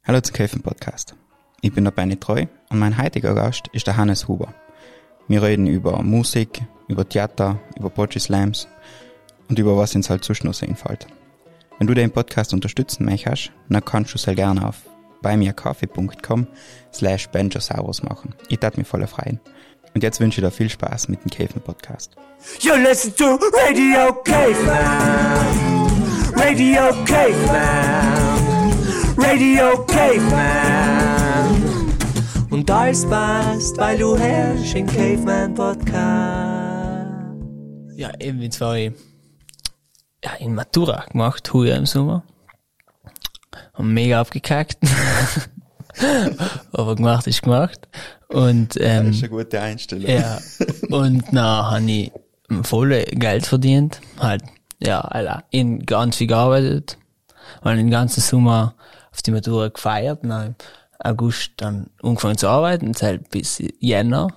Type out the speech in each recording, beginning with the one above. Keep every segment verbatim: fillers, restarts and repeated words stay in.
Hallo zum Käfen-Podcast. Ich bin der Benny Treu und mein heutiger Gast ist der Hannes Huber. Wir reden über Musik, über Theater, über Poetry Slams und über was uns halt sonst noch so einfällt. Wenn du den Podcast unterstützen möchtest, dann kannst du es halt gerne auf buymeacoffee.com slash benjosaurus machen. Ich tat mich voll freuen. Und jetzt wünsche ich dir viel Spaß mit dem Käfen-Podcast. You listen to Radio Caveman, Radio Caveman, Radio Caveman. Und alles passt, weil du herrschst im Caveman Podcast. Ja, eben jetzt war ich ja, in Matura gemacht, heuer im Sommer. Haben mega abgekackt. Aber gemacht ist gemacht. Und, ähm, das ist eine gute Einstellung. Ja. Und dann habe ich voll Geld verdient. Halt, ja, Alter, in ganz viel gearbeitet. Weil den ganzen Sommer auf die Matura gefeiert. Und dann im August dann angefangen zu arbeiten. Und halt bis Jänner.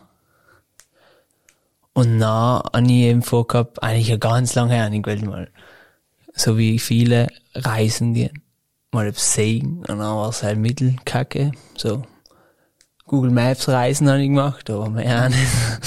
Und dann habe ich eben vorgehabt, eigentlich ja ganz lange her, ich wollte mal, so wie viele, reisen gehen. Mal etwas sehen. Und dann war es halt Mittelkacke. So. Google Maps Reisen habe ich gemacht, aber mehr auch nicht.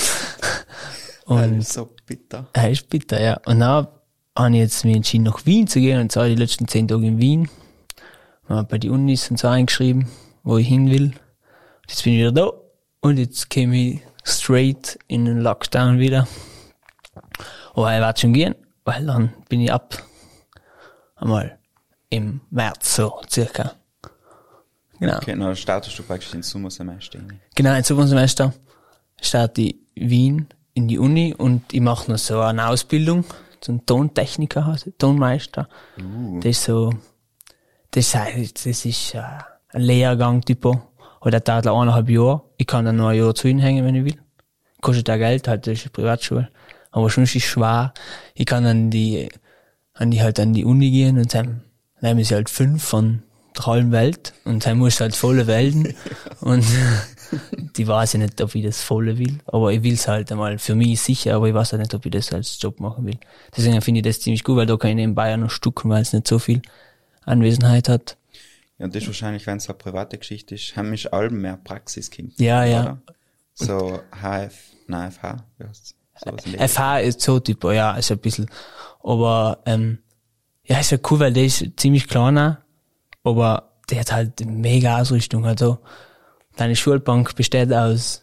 Und das ist so bitter. Ja, ist bitter, ja. Und dann habe ich jetzt mich entschieden, nach Wien zu gehen. Und zwar die letzten zehn Tage in Wien. Habe bei die Unis und so eingeschrieben, wo ich hin will. Und jetzt bin ich wieder da. Und jetzt käme ich straight in den Lockdown wieder. Aber ich werde schon gehen, weil dann bin ich ab einmal im März so circa. Genau. Okay, dann startest du praktisch ins Sommersemester. Genau, ins Sommersemester starte ich Wien in die Uni und ich mache noch so eine Ausbildung zum Tontechniker, also Tonmeister. Uh. Das ist so, das ist, das ist äh, ein Lehrgang typo. Oder der dauert eineinhalb Jahre. Ich kann dann noch ein Jahr zu ihnen hängen, wenn ich will. Kostet auch Geld, halt, das ist eine Privatschule. Aber schon ist es schwer. Ich kann an die, an die halt an die Uni gehen und dann nehmen sie halt fünf von der halben Welt und dann muss halt volle wählen und die weiß ja nicht, ob ich das volle will, aber ich will es halt einmal für mich sicher, aber ich weiß halt nicht, ob ich das als Job machen will. Deswegen finde ich das ziemlich gut, weil da kann ich nebenbei ja noch stucken, weil es nicht so viel Anwesenheit hat. Ja, und das ist wahrscheinlich, wenn es eine private Geschichte ist, haben mich Alben mehr Praxiskind. Ja, ja. So H F, nein, F H, wie heißt's? F H ist so typo, ja, ist ein bisschen, aber ähm, ja, ist ja cool, weil der ist ziemlich kleiner, aber der hat halt mega Ausrüstung. Also, deine Schulbank besteht aus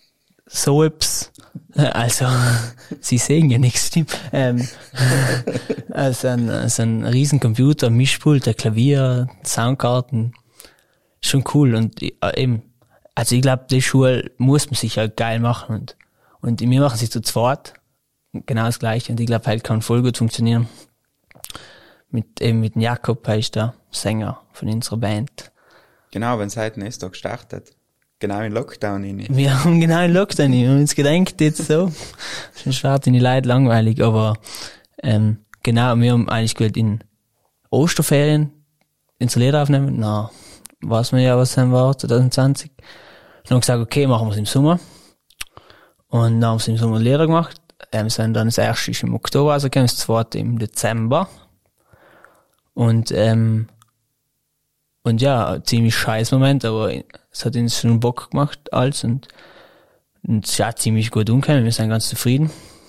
Soaps, also, sie sehen ja nichts, stimmt. Ähm, also ein, also ein riesen Computer, Mischpult, ein Klavier, Soundkarten. Schon cool. Und äh, eben, also ich glaube, die Schule muss man sich halt geil machen. Und, und wir machen sie zu zweit. Genau das Gleiche. Und ich glaube, halt kann voll gut funktionieren. Mit, eben mit dem Jakob, er ist der Sänger von unserer Band. Genau, wenn seit nächsten Tag startet. Genau in Lockdown rein. Wir haben genau in Lockdown rein. Wir haben uns gedacht, jetzt so. Schon starten die Leute langweilig, aber, ähm, genau, wir haben eigentlich gewählt in Osterferien ins Lied aufnehmen. Na, weiß man ja, was dann war, zwanzig zwanzig. Dann haben wir gesagt, okay, machen wir es im Sommer. Und dann haben wir es im Sommer Lieder gemacht. Ähm, sind dann das erste ist im Oktober, also kam das zweite im Dezember. Und, ähm, und ja, ziemlich scheiß Moment, aber es hat uns schon Bock gemacht, alles, und, und es ist ja ziemlich gut umgekommen, wir sind ganz zufrieden.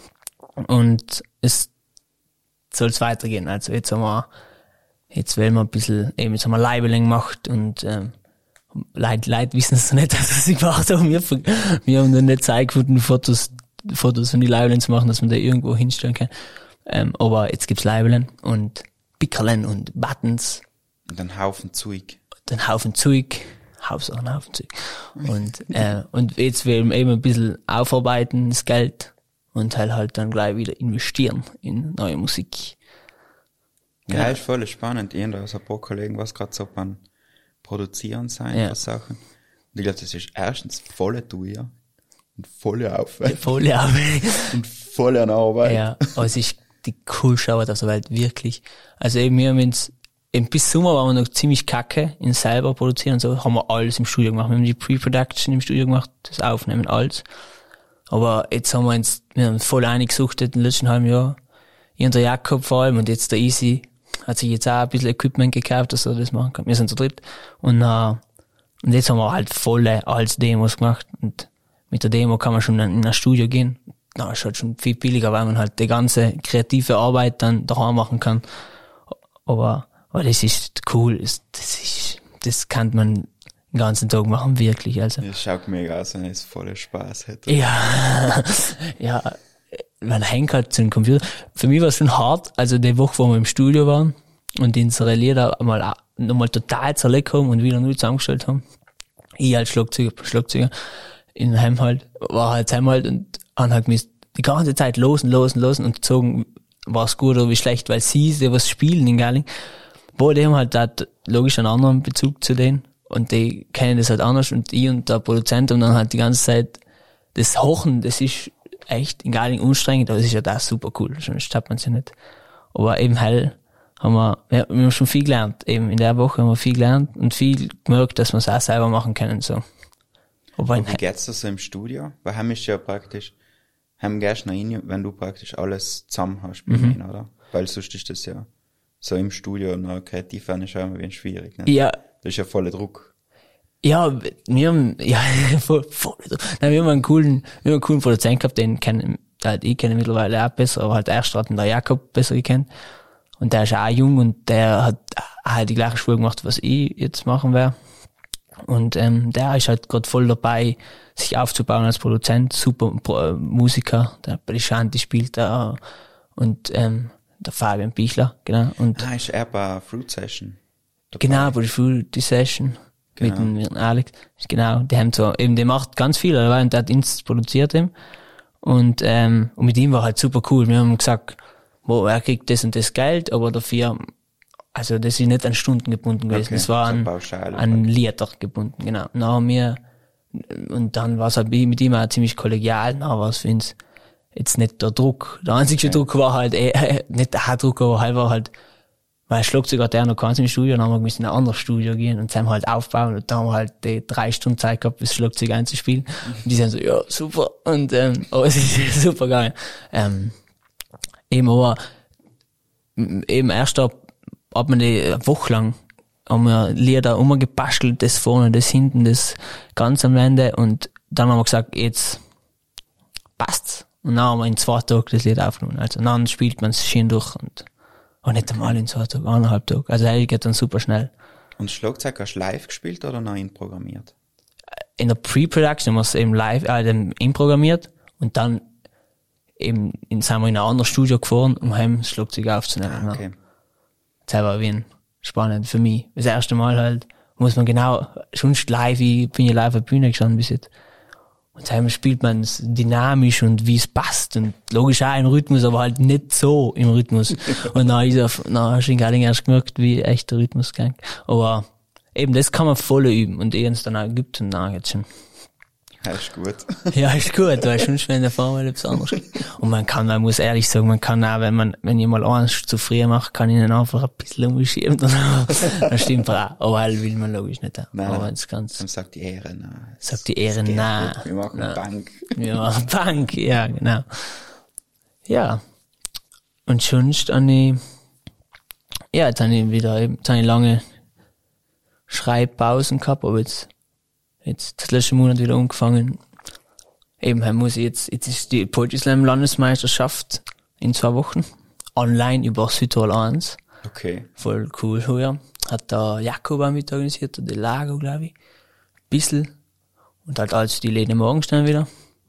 Und es soll es weitergehen, also jetzt haben wir, jetzt wollen wir ein bisschen, eben jetzt haben wir Labeling gemacht und, ähm, Leute, Leute wissen es nicht, dass wir es gemacht haben, wir, wir haben dann nicht Zeit gefunden, Fotos, Fotos von die Labeling zu machen, dass man da irgendwo hinstellen kann. Ähm, aber jetzt gibt's Labeling und Pickerlen und Buttons. Und einen Haufen Zeug. Einen Haufen Zeug. Hauptsache einen Haufen Zeug. Und, äh, und jetzt will man eben ein bisschen aufarbeiten, das Geld. Und halt halt dann gleich wieder investieren in neue Musik. Ja, ja. Ist voll spannend. Ich habe da so ein paar Kollegen, was gerade so beim Produzieren sein, ja. was Sachen. Und ich glaube, das ist erstens voll teuer. Und volle Aufwand. Ja, volle Arbeit. Und voll an Arbeit. Ja, aber es ist die coolste Arbeit auf der Welt, wirklich. Also eben, wir haben uns, eben bis Sommer waren wir noch ziemlich kacke in selber produzieren und so, haben wir alles im Studio gemacht. Wir haben die Pre-Production im Studio gemacht, das Aufnehmen, alles. Aber jetzt haben wir uns, wir haben voll eingesuchtet in den letzten halben Jahr. Ich und der Jakob vor allem und jetzt der Easy, hat sich jetzt auch ein bisschen Equipment gekauft, dass er das machen kann. Wir sind zu dritt. Und, äh, und jetzt haben wir halt volle als Demos gemacht. Und mit der Demo kann man schon in ein Studio gehen. Na, ist halt schon viel billiger, weil man halt die ganze kreative Arbeit dann daheim machen kann. Aber, aber das ist cool. Das ist, das kann man den ganzen Tag machen, wirklich. Also. Das schaut mega aus, wenn es voller Spaß hätte. Ja, ja, man hängt halt zu dem Computer. Für mich war es schon hart, also die Woche, wo wir im Studio waren und unsere Lieder einmal nochmal total zerlegt haben und wieder neu zusammengestellt haben. Ich als Schlagzeuger, Schlagzeuger in Heim halt, war halt Heim halt und haben halt mich die ganze Zeit losen, losen, losen und gezogen, war es gut oder wie schlecht, weil sie, die was spielen in Gerling, wo die haben halt da logisch einen anderen Bezug zu denen und die kennen das halt anders und ich und der Produzent haben dann halt die ganze Zeit das Hochen, das ist echt in Gerling anstrengend, aber das ist ja da super cool, sonst hat man es ja nicht. Aber eben hell haben wir, ja, wir haben schon viel gelernt, eben in der Woche haben wir viel gelernt und viel gemerkt, dass wir es auch selber machen können, so. Aber und wie geht's das so im Studio? Weil heim ist ja praktisch, heim gehst du noch rein, wenn du praktisch alles zusammen hast, bei Mhm. mir, oder? Weil sonst ist das ja so im Studio noch kreativ werden, ist ja immer ein bisschen schwierig, ne? ja, Das ist ja voller Druck. ja, wir haben, ja, voll, voll, nein, wir haben einen coolen, wir haben einen coolen Produzent gehabt, den kennen, halt, ich kenne mittlerweile auch besser, aber halt erst hat der Jakob besser gekannt. Und der ist auch jung und der hat halt die gleiche Schule gemacht, was ich jetzt machen werde. Und ähm, der ist halt gerade voll dabei, sich aufzubauen als Produzent, super Pro- Musiker, der bei die Shanti spielt da und ähm, der Fabian Bichler, genau. Und Ah, ist er bei Fruit Session dabei? genau, bei der Fruit Session Genau. mit, dem, mit dem Alex, genau, die haben so, eben, der macht ganz viel, oder? Und der hat uns produziert eben. Und, ähm, und mit ihm war halt super cool. Wir haben gesagt, wo er kriegt das und das Geld, aber dafür, also das ist nicht an Stunden gebunden gewesen, Okay, das war so an, pauschal an halt. Lieder gebunden, genau. Dann haben wir, und dann war es halt mit ihm auch ziemlich kollegial, dann war es für uns jetzt nicht der Druck. Der einzige Okay. Druck war halt, eh, nicht der Druck, aber halt war halt, weil Schlagzeuger hat der noch keins im Studio, dann haben wir müssen in ein anderes Studio gehen und dann halt aufbauen und da haben wir halt die drei Stunden Zeit gehabt, das Schlagzeug einzuspielen. Und die sind so, ja, super, und, ähm, aber es ist super geil. Ähm, eben aber, m- eben erst ab, ab man die eine Woche lang haben wir Lieder umgebastelt, das vorne, das hinten, das ganz am Ende und dann haben wir gesagt, jetzt passt's. Und dann haben wir in zwei Tagen das Lied aufgenommen. Also dann spielt man es schön durch und, und nicht einmal in zwei Tagen, eineinhalb Tage. Also eigentlich geht dann super schnell. Und das Schlagzeug hast du live gespielt oder noch programmiert? In der Pre-Production haben wir es eben live, äh, eben inprogrammiert und dann eben in, sind wir in ein anderes Studio gefahren, um heim das Schlagzeug aufzunehmen. Ah, okay. Das war Wien. Spannend für mich. Das erste Mal halt, muss man genau, sonst live, ich bin ja live auf der Bühne gestanden bis jetzt. Und daheim spielt man es dynamisch und wie es passt und logisch auch im Rhythmus, aber halt nicht so im Rhythmus. Und dann ist auf, dann hast du in Gerling erst gemerkt, wie echt der Rhythmus ging. Aber eben, das kann man voll üben und ehe es dann auch gibt und dann geht's schon. Ja, ist gut. Ja, ist gut, weil sonst wenn der Fall etwas anderes gibt. Und man kann, man muss ehrlich sagen, man kann auch, wenn man, wenn ich mal eins zu früh mache, kann ich ihn einfach ein bisschen umschieben, dann, dann stimmt er auch. Aber halt will man logisch nicht. Nein, aber nein. das ganz, Dann sagt die Ehre, nein. sagt die Ehre, geht nein. nicht. Wir machen Nein. Bank. Wir machen Bank, ja, genau. Ja. Und sonst an die, ja, jetzt habe ich wieder, eben, jetzt habe ich lange Schreibpausen gehabt, aber jetzt, jetzt das letzte Monat wieder angefangen. Eben, halt muss ich jetzt, jetzt ist die Poetry Slam Landesmeisterschaft in zwei Wochen. Online über Südtirol eins. Okay. Voll cool, ja. Hat der Jakob auch mit organisiert, der Lago, glaube ich. Bissl. Und halt als die Läden morgen stehen wieder.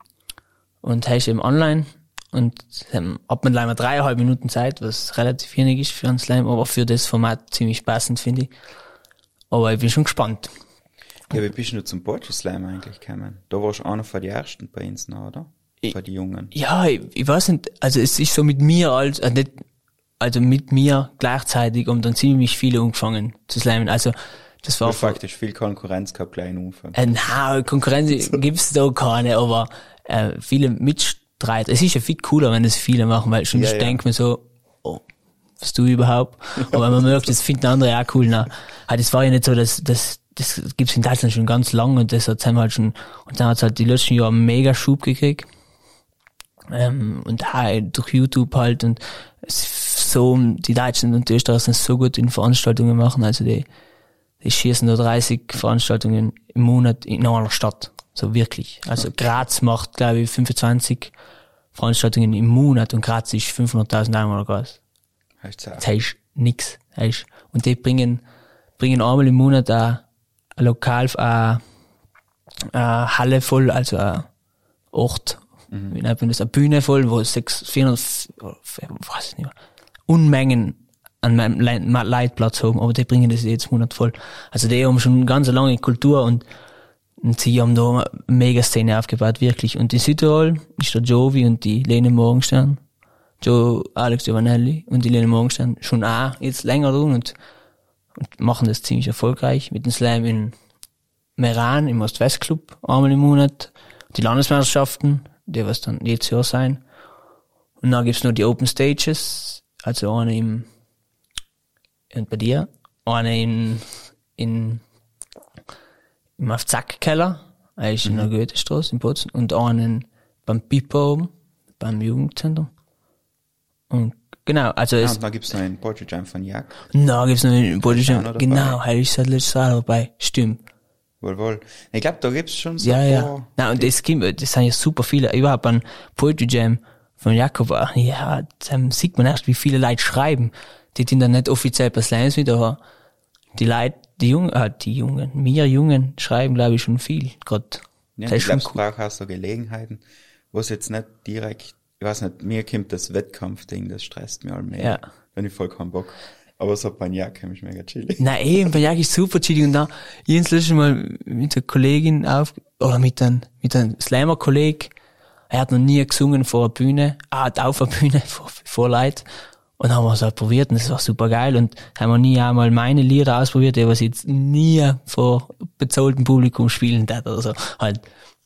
Und heißt eben online. Und ähm, hat man leider dreieinhalb Minuten Zeit, was relativ wenig ist für einen Slam, aber für das Format ziemlich passend, finde ich. Aber ich bin schon gespannt. Ja, wie bist du zum Poetry Slam eigentlich gekommen? Da warst du einer von den ersten bei uns noch, oder? Ich- Bei den Jungen. Ja, ich, ich weiß nicht, also es ist so mit mir als, äh, nicht, also mit mir gleichzeitig und dann ziemlich viele angefangen zu slammen. Also das war Du hast faktisch viel Konkurrenz gehabt, gleich am Anfang. Äh, na, Konkurrenz gibt's da keine, aber äh, viele Mitstreiter. Es ist ja viel cooler, wenn das viele machen, weil sonst Ja, ja. denkt man so, oh, was tu ich überhaupt? Aber man merkt, das finden andere auch cool. Na, halt, es war ja nicht so, dass das das gibt's in Deutschland schon ganz lang und das hat's halt schon, und dann hat's halt die letzten Jahre einen mega Schub gekriegt. Ähm, und halt durch YouTube halt und es so, die Deutschen und die Österreicher sind so gut in Veranstaltungen machen, also die, die schießen nur dreißig Veranstaltungen im Monat in einer Stadt. So wirklich. Also okay. Graz macht, glaube ich, fünfundzwanzig Veranstaltungen im Monat und Graz ist fünfhunderttausend Einwohner groß. Das heißt nix. Heißt. Und die bringen, bringen einmal im Monat ein, ein Lokal, eine, eine Halle voll, also ein Ort, mhm. wie nennt man das, eine Bühne voll, wo sechs, vierhundert, weiß ich nicht mehr, Unmengen an meinem Leitplatz haben, aber die bringen das jetzt Monat voll. Also die haben schon eine ganz lange Kultur und, und sie haben da eine Megaszene aufgebaut, wirklich. Und in Südtirol ist der Jovi und die Lene Morgenstern, Joe, Alex Giovanelli und die Lene Morgenstern schon auch jetzt länger tun und, und machen das ziemlich erfolgreich mit dem Slam in Meran im Ost-West-Club einmal im Monat, die Landesmeisterschaften, die was dann jedes Jahr sein. Und dann gibt's noch die Open Stages, also eine im, und bei dir, eine in, in, im Auf-Zack-Keller, eigentlich mhm. in der Goethestraße in Bozen, und einen beim Pipa oben, beim Jugendzentrum. Und genau, also ja, es. und da gibt's noch einen Poetry Jam von Jack. Na, gibt's noch einen Poetry Jam, genau, heute ist seit letztes Jahr dabei, stimmt. Wohl, wohl. Ich glaube, da gibt's schon so ja, ein ja. paar... Nein, und das gibt, das sind ja super viele, überhaupt ein Poetry Jam von Jakob, ja, dann sieht man erst, wie viele Leute schreiben. Die sind dann nicht offiziell bei Slams mit, aber die Leute, die Jungen, äh, die Jungen, mir Jungen schreiben, glaube ich, schon viel, gerade. Ja, ich glaube, es braucht auch so Gelegenheiten, wo es jetzt nicht direkt, ich weiß nicht, mir kommt das Wettkampfding, das stresst mich halt mehr, ja. wenn ich voll keinen Bock. Aber so bei Jack komme ich mega chillig. Nein, eben, bei Jack ist super chillig und da, ich ins letzte Mal mit der Kollegin auf, oder mit einem, mit einem Slammer-Kolleg, er hat noch nie gesungen vor der Bühne, er hat auf der Bühne vor, vor Leuten. Und dann haben wir es halt probiert und das war super geil und haben wir nie einmal meine Lieder ausprobiert, die was ich jetzt nie vor bezahltem Publikum spielen darf oder so. Halt,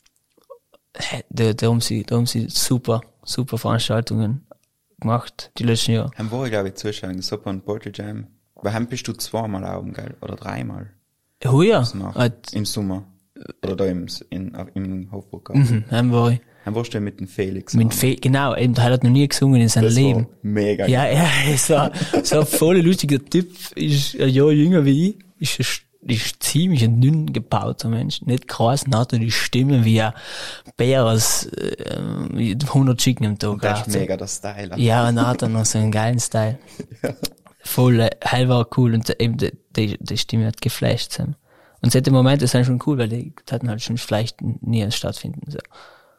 da, da haben sie, da haben sie super, super Veranstaltungen gemacht, die letzten Jahre. Haben wir, glaube ich, zuschauen, Super und Poetry Jam. Bei hem bist du zweimal oben, gell? Oder dreimal? Oh ja. Halt, im Sommer. Oder da im, in, im Hofburg. Mhm, haben wir. Dann warst du mit dem Felix. Mit Fe genau, eben, der hat noch nie gesungen in seinem das Leben. War mega ja, geil. Ja, es war, es war voll lustiger Typ, ist ein Jahr jünger wie ich, ist, ist ziemlich ein dünn gebauter Mensch, nicht krass, hat er die Stimme wie ein Bär aus äh, hundert Chicken am Tag. Und das ist mega der Style. Ja, und dann hat er noch so einen geilen Style. Ja. Voll, äh, hell war cool und eben die, die, die Stimme hat geflasht. Und solche Momente sind schon cool, weil die hatten halt schon vielleicht nie stattfinden. So.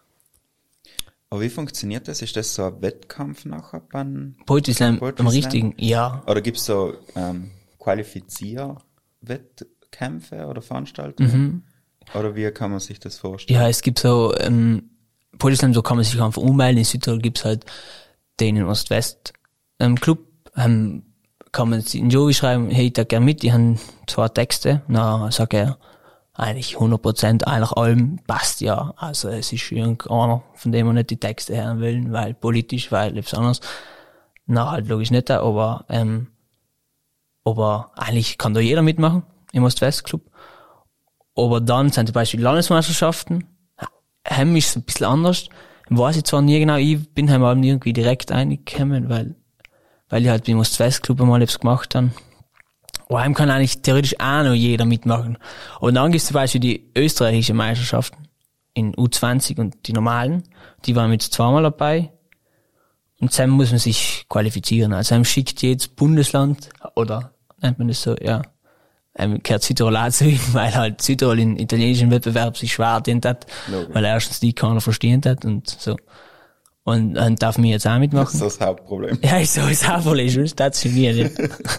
Aber wie funktioniert das? Ist das so ein Wettkampf nachher beim Poetry Slam, am richtigen, ja. Oder gibt's so ähm, Qualifizier-Wettkämpfe oder Veranstaltungen? Mhm. Oder wie kann man sich das vorstellen? Ja, es gibt so, ähm, Poetry Slam, so kann man sich einfach ummelden. In Südtirol gibt's halt den in Ost-West ähm, Club, ähm, kann man in Joey schreiben, hey, ich da gern mit, die haben zwei Texte. Na, sag er, eigentlich hundert Prozent eigentlich allem passt ja. Also es ist irgendeiner, von dem man nicht die Texte hören will, weil politisch, weil etwas anderes. Na, halt logisch nicht, aber, ähm, aber eigentlich kann da jeder mitmachen im Ost-West-Club. Aber dann sind zum Beispiel Landesmeisterschaften. Heim ist es ein bisschen anders. Weiß ich zwar nie genau, ich bin heim aber irgendwie direkt reingekommen, weil, weil ich halt im Ost-West-Club einmal etwas gemacht habe. Aber heim kann eigentlich theoretisch auch noch jeder mitmachen. Und dann gibt es zum Beispiel die österreichische Meisterschaften in U zwanzig und die normalen. Die waren jetzt zweimal dabei. Und dann muss man sich qualifizieren. Also einem schickt jedes Bundesland, oder nennt man das so, ja, einem gehört Südtirol auch zu, weil halt Südtirol in italienischen Wettbewerb sich schwer dient hat, no, weil erstens die keiner verstehen hat und so. Und dann darf man jetzt auch mitmachen. Das ist das Hauptproblem. Ja, ist so das Hauptproblem, schon stationiert, ja.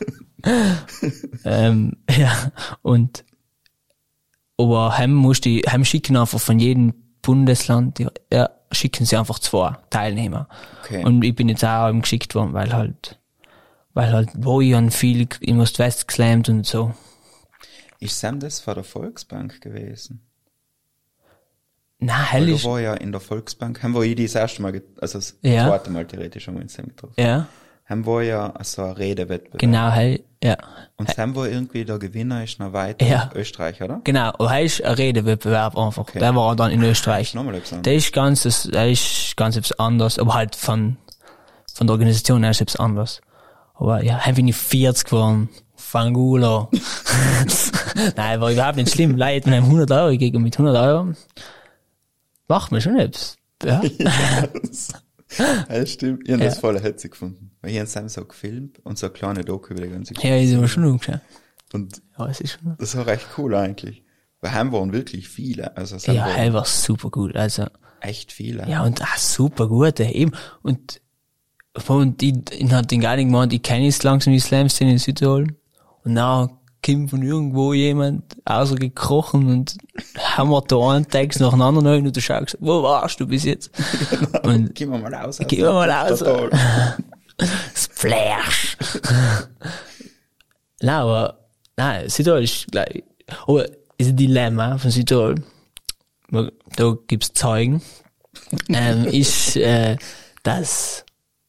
ähm, ja, und, aber heim muss die, heim schicken einfach von jedem Bundesland, die, ja, schicken sie einfach zwei Teilnehmer. Okay. Und ich bin jetzt auch eben geschickt worden, weil halt, weil halt, wo ich an viel im Ost-West geslammt und so. Ist Sam das vor der Volksbank gewesen? Na, hell ist. Du war ja in der Volksbank, haben wir ich das erste Mal, also das ja. zweite Mal theoretisch haben wir uns getroffen. Ja. Haben wir ja so ein Redewettbewerb. Genau, hell, ja. Und Sam war irgendwie der Gewinner, ist noch weiter ja. Österreich, oder? Genau, und hell ist ein Redewettbewerb einfach. Okay. Der war dann in Österreich. Nochmal etwas anderes. Der ist ganz, das, der ist ganz etwas anderes, aber halt von, von der Organisation her ist etwas anderes. Aber ja, dann bin ich vierzig geworden. Fangula. Nein, war überhaupt nicht schlimm. Leute, wir haben hundert Euro gegeben und mit hundert Euro macht man schon etwas. Ja. Ja, stimmt. Ich habe Ja. das voll herzig gefunden. Weil ich habe so gefilmt und so eine kleine Doku über die ganze Geschichte. Ja, ist aber schon umgeschaut. Und Ja, es ist schon. das war recht cool eigentlich. Weil heim waren wirklich viele. Also es Ja, waren er war super gut. Also, echt viele. ja, und auch super gut, ey, eben. Und, und ich, ich hat den gar nicht gemeint, ich kenne jetzt langsam die Slam-Szene in Südtirol. Und dann kommt von irgendwo jemand rausgekrochen und hammert da einen Text nach dem anderen rein und du schaust, wo warst du bis jetzt? Und Gehen wir mal raus. gehen wir mal raus. Total. Splash! Nein, aber, nein, Südtirol ist gleich, aber ist ein Dilemma von Südtirol. Da gibt's Zeugen, ähm, ist, äh, dass,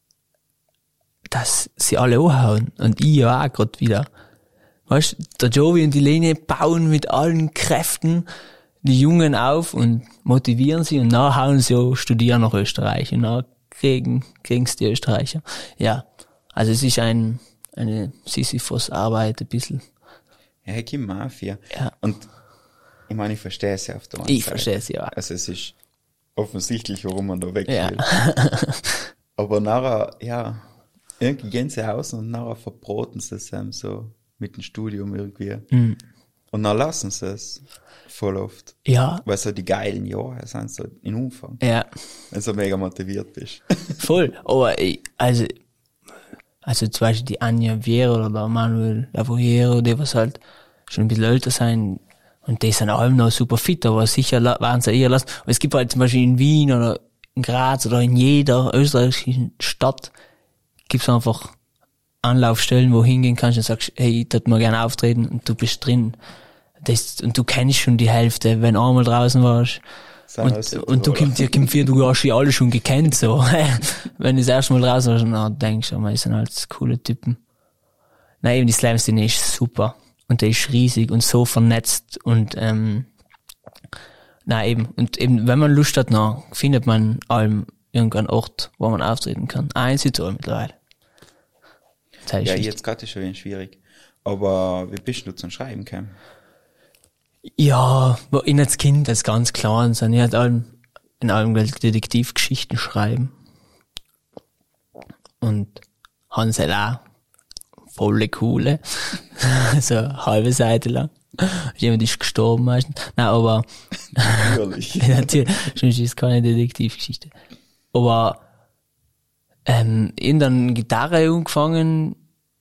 dass sie alle anhauen. Und ich ja auch grad wieder. Weißt, der Joey und die Lene bauen mit allen Kräften die Jungen auf und motivieren sie und dann hauen sie auch studieren nach Österreich und dann kriegen, kriegen's die Österreicher. Ja. Also es ist ein, eine Sisyphus-Arbeit ein bisschen. Ja, ich kenne Mafia. Ja. Und ich meine, ich verstehe es ja auf der einen Ich Seite. verstehe es ja. Also es ist offensichtlich, warum man da weg Ja. will. Aber nachher, ja, irgendwie gehen sie aus und nachher verbraten sie es ähm, so mit dem Studium irgendwie. Mhm. Und dann lassen sie es voll oft. Ja. Weil so die geilen Jahre sind so in Umfang. Ja. Wenn du so mega motiviert bist. Voll. Aber ich, also, also zum Beispiel die Anja Viera oder der Manuel Lavoiero, die was halt schon ein bisschen älter sein und die sind alle noch super fit, aber sicher la- waren sie eher lassen. Aber es gibt halt zum Beispiel in Wien oder in Graz oder in jeder österreichischen Stadt gibt's einfach Anlaufstellen, wo hingehen kannst und sagst, hey, ich würde mal gerne auftreten und du bist drin. Das, und du kennst schon die Hälfte, wenn du einmal draußen warst. Sind Und, alles super, und du oder? kommst dir kommst dir, du hast die alle schon gekannt, so. Wenn du das erste Mal draußen warst, dann denkst du, man, das sind halt coole Typen. Nein, eben die Slam-Szene ist super. Und der ist riesig und so vernetzt und, ähm, nein, eben. Und eben, wenn man Lust hat, dann findet man allem irgendeinen Ort, wo man auftreten kann. Ein Südtirol mittlerweile. Das ist Ja, wichtig. jetzt gerade ist schon wieder schwierig. Aber wie bist du zum Schreiben gekommen? Ja, wo ich als Kind, als ganz klein, sind ich halt allem, in allem Detektivgeschichten schreiben. Und haben sie halt auch volle coole. so eine halbe Seite lang. Jemand ist gestorben meistens. Nein, aber, Natürlich. ja, natürlich, sonst ist es keine Detektivgeschichte. Aber, ähm, ich hab dann Gitarre angefangen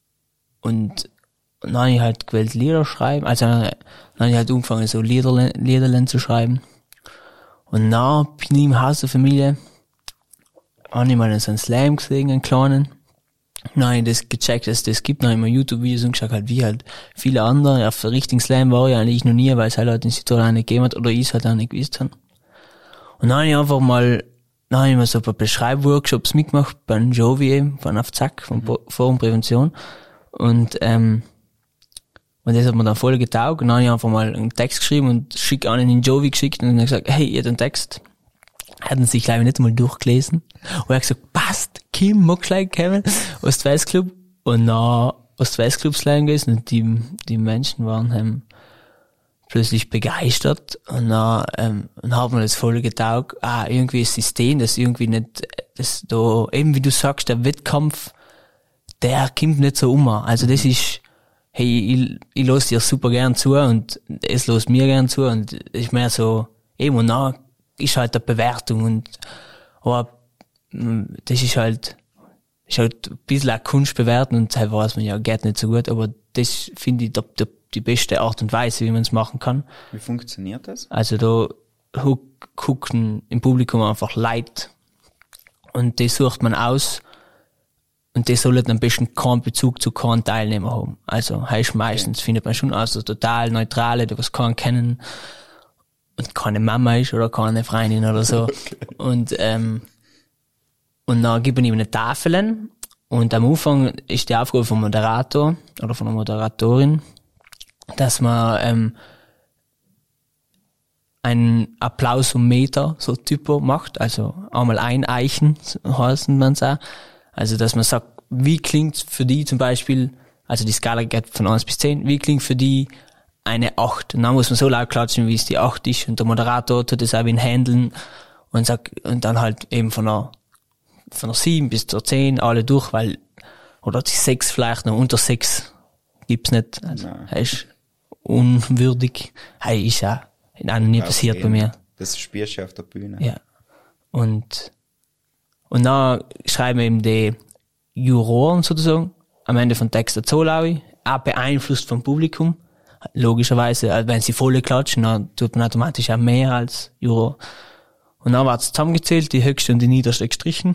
und dann habe ich halt gewählt Lieder schreiben, also dann habe ich halt angefangen so Liederle, Liederlen zu schreiben. Und dann bin ich im Haus der Familie, habe ich mal so einen Slam gesehen, einen kleinen. Dann habe ich das gecheckt, dass es das gibt, dann habe ich mir YouTube-Videos angeschaut, halt wie halt viele andere. Auf der richtigen Slam war ich eigentlich noch nie, weil es halt, halt in Südtirol auch nicht gegeben hat, oder ich es halt auch nicht gewusst habe. Und dann habe ich einfach mal, dann habe ich mal so ein paar Beschreibworkshops mitgemacht, beim Jovi eben, von Auf Zack, vom mhm. Forum Prävention. Und, ähm, und das hat mir dann voll getaugt. Und dann habe ich einfach mal einen Text geschrieben und schick an den Jovi geschickt und dann gesagt, hey, ihr habt einen Text. Hatten sich, glaube ich, nicht mal durchgelesen. Und er hat gesagt, passt, Kim, magst du gleich kommen? Ost-West-Club. Und dann Ost-West-Club Slam gewesen und die, die Menschen waren, ähm, plötzlich begeistert. Und dann, ähm, dann hat man das voll getaugt. Ah, irgendwie ein System, das irgendwie nicht, das da, eben wie du sagst, der Wettkampf, der kommt nicht so um. Also das ist, hey, ich, ich lass dir super gern zu und es lässt mir gern zu und es ist mehr so, eben, und dann ist halt eine Bewertung und, aber, das ist halt, ist halt ein bisschen auch Kunst bewerten und halt weiß man ja, geht nicht so gut, aber das finde ich die, die, die beste Art und Weise, wie man es machen kann. Wie funktioniert das? Also da gucken im Publikum einfach Leute und die sucht man aus. Und das soll halt am besten keinen Bezug zu keinem Teilnehmer haben. Also, heißt meistens okay. Findet man schon aus, so total neutrale, die was keinen kennen und keine Mama ist oder keine Freundin oder so. Okay. Und, ähm, und dann gibt man ihm eine Tafel und am Anfang ist die Aufgabe vom Moderator oder von der Moderatorin, dass man, ähm, einen Applausometer, so Typo macht, also einmal eineichen, so heißen man's auch. Also, dass man sagt, wie klingt für die zum Beispiel, also die Skala geht von eins bis zehn, wie klingt für die eine acht? Und dann muss man so laut klatschen, wie es die acht ist, und der Moderator tut das auch in handeln und sagt, und dann halt eben von einer, von einer sieben bis zur zehn alle durch, weil, oder die sechs vielleicht noch, unter sechs gibt's nicht. Also, er ist unwürdig. Hey, ist ja auch nie passiert bei mir. Das spielst du auf der Bühne. Ja. Und, und dann schreiben eben die Juroren sozusagen am Ende von Text dazu, glaube ich, auch beeinflusst vom Publikum. Logischerweise, wenn sie volle klatschen, dann tut man automatisch auch mehr als Juror. Und dann wird es zusammengezählt, die höchste und die niederste gestrichen.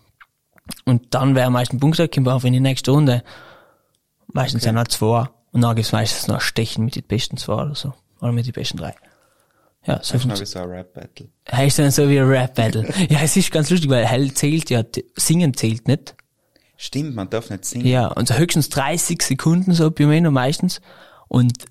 Und dann wäre meistens ein Punkt gekommen, auch in die nächste Runde. Meistens okay. Sind noch zwei. Und dann gibt es meistens noch Stechen mit den besten zwei oder so. Oder mit den besten drei. Ja, so. Das ist wie so ein Rap-Battle. Heißt dann so wie ein Rap-Battle. Ja, es ist ganz lustig, weil Hell zählt ja, Singen zählt nicht. Stimmt, man darf nicht singen. Ja, und so höchstens dreißig Sekunden so bei mir noch meistens. Und,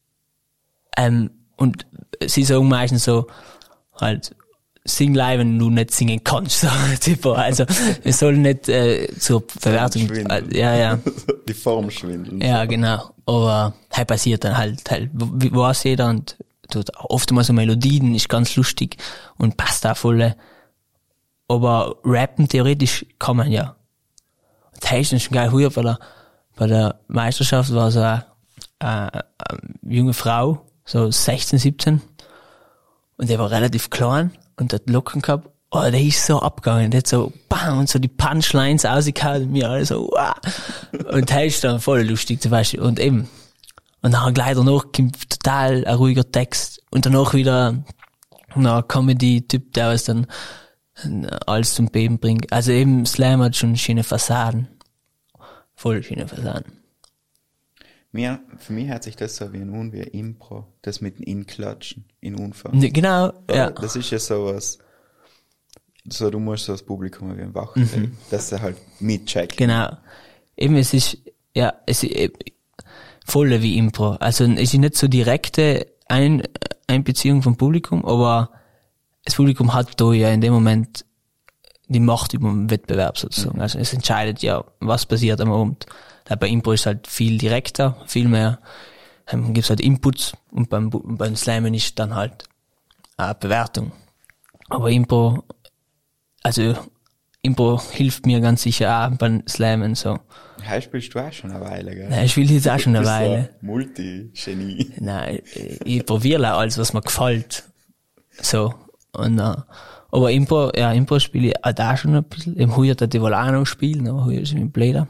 ähm, und sie sagen meistens so, halt, sing live, wenn du nicht singen kannst, so, tipo, also, wir sollen nicht, äh, zur Verwertung, äh, ja, ja. Die Form schwindeln. Ja, genau. Aber, halt passiert dann halt, halt, weiß jeder und tut oft mal so Melodien, ist ganz lustig und passt auch voll. Aber rappen theoretisch kann man ja. Und das ist schon geil, früher bei der, bei der Meisterschaft war so eine, eine, eine junge Frau, so sechzehn, siebzehn, und die war relativ klein und hat Locken gehabt. Oh, der ist so abgegangen, der hat so bam und so die Punchlines rausgehauen und mir alle so wow. Und der ist dann voll lustig zum Beispiel. Und eben, und dann gleich danach kommt total ein ruhiger Text und danach wieder ein Comedy-Typ, der was dann alles zum Beben bringt. Also eben Slam hat schon schöne Fassaden. Voll schöne Fassaden. Mir, für mich hört sich das so wie ein Un, wie ein Impro, das mit dem Inklatschen, in Unfall. Genau, ja. Das ist ja sowas, so, du musst so das Publikum wie ein Wachen sehen, mhm. dass sie halt mitchecken. Genau. Eben, es ist, ja, es ist voll wie Impro. Also, es ist nicht so direkte Ein- Einbeziehung vom Publikum, aber das Publikum hat da ja in dem Moment die Macht über den Wettbewerb sozusagen. Mhm. Also, es entscheidet ja, was passiert am Abend. Bei Impro ist halt viel direkter, viel mehr, ähm, gibt's halt Inputs und beim, beim Slammen ist dann halt eine Bewertung. Aber Impro, also Impro hilft mir ganz sicher auch beim Slammen so. Hey, spielst du auch schon eine Weile, gell? Nein, ich spiele jetzt auch schon eine Weile. So Multi-Genie. Nein, ich probiere auch alles, was mir gefällt. So. Und, uh, aber Impro, ja, Impro spiele ich auch da schon ein bisschen. Im Heuer hat ich wohl auch noch spielen, aber Heuer ist ein Bläder.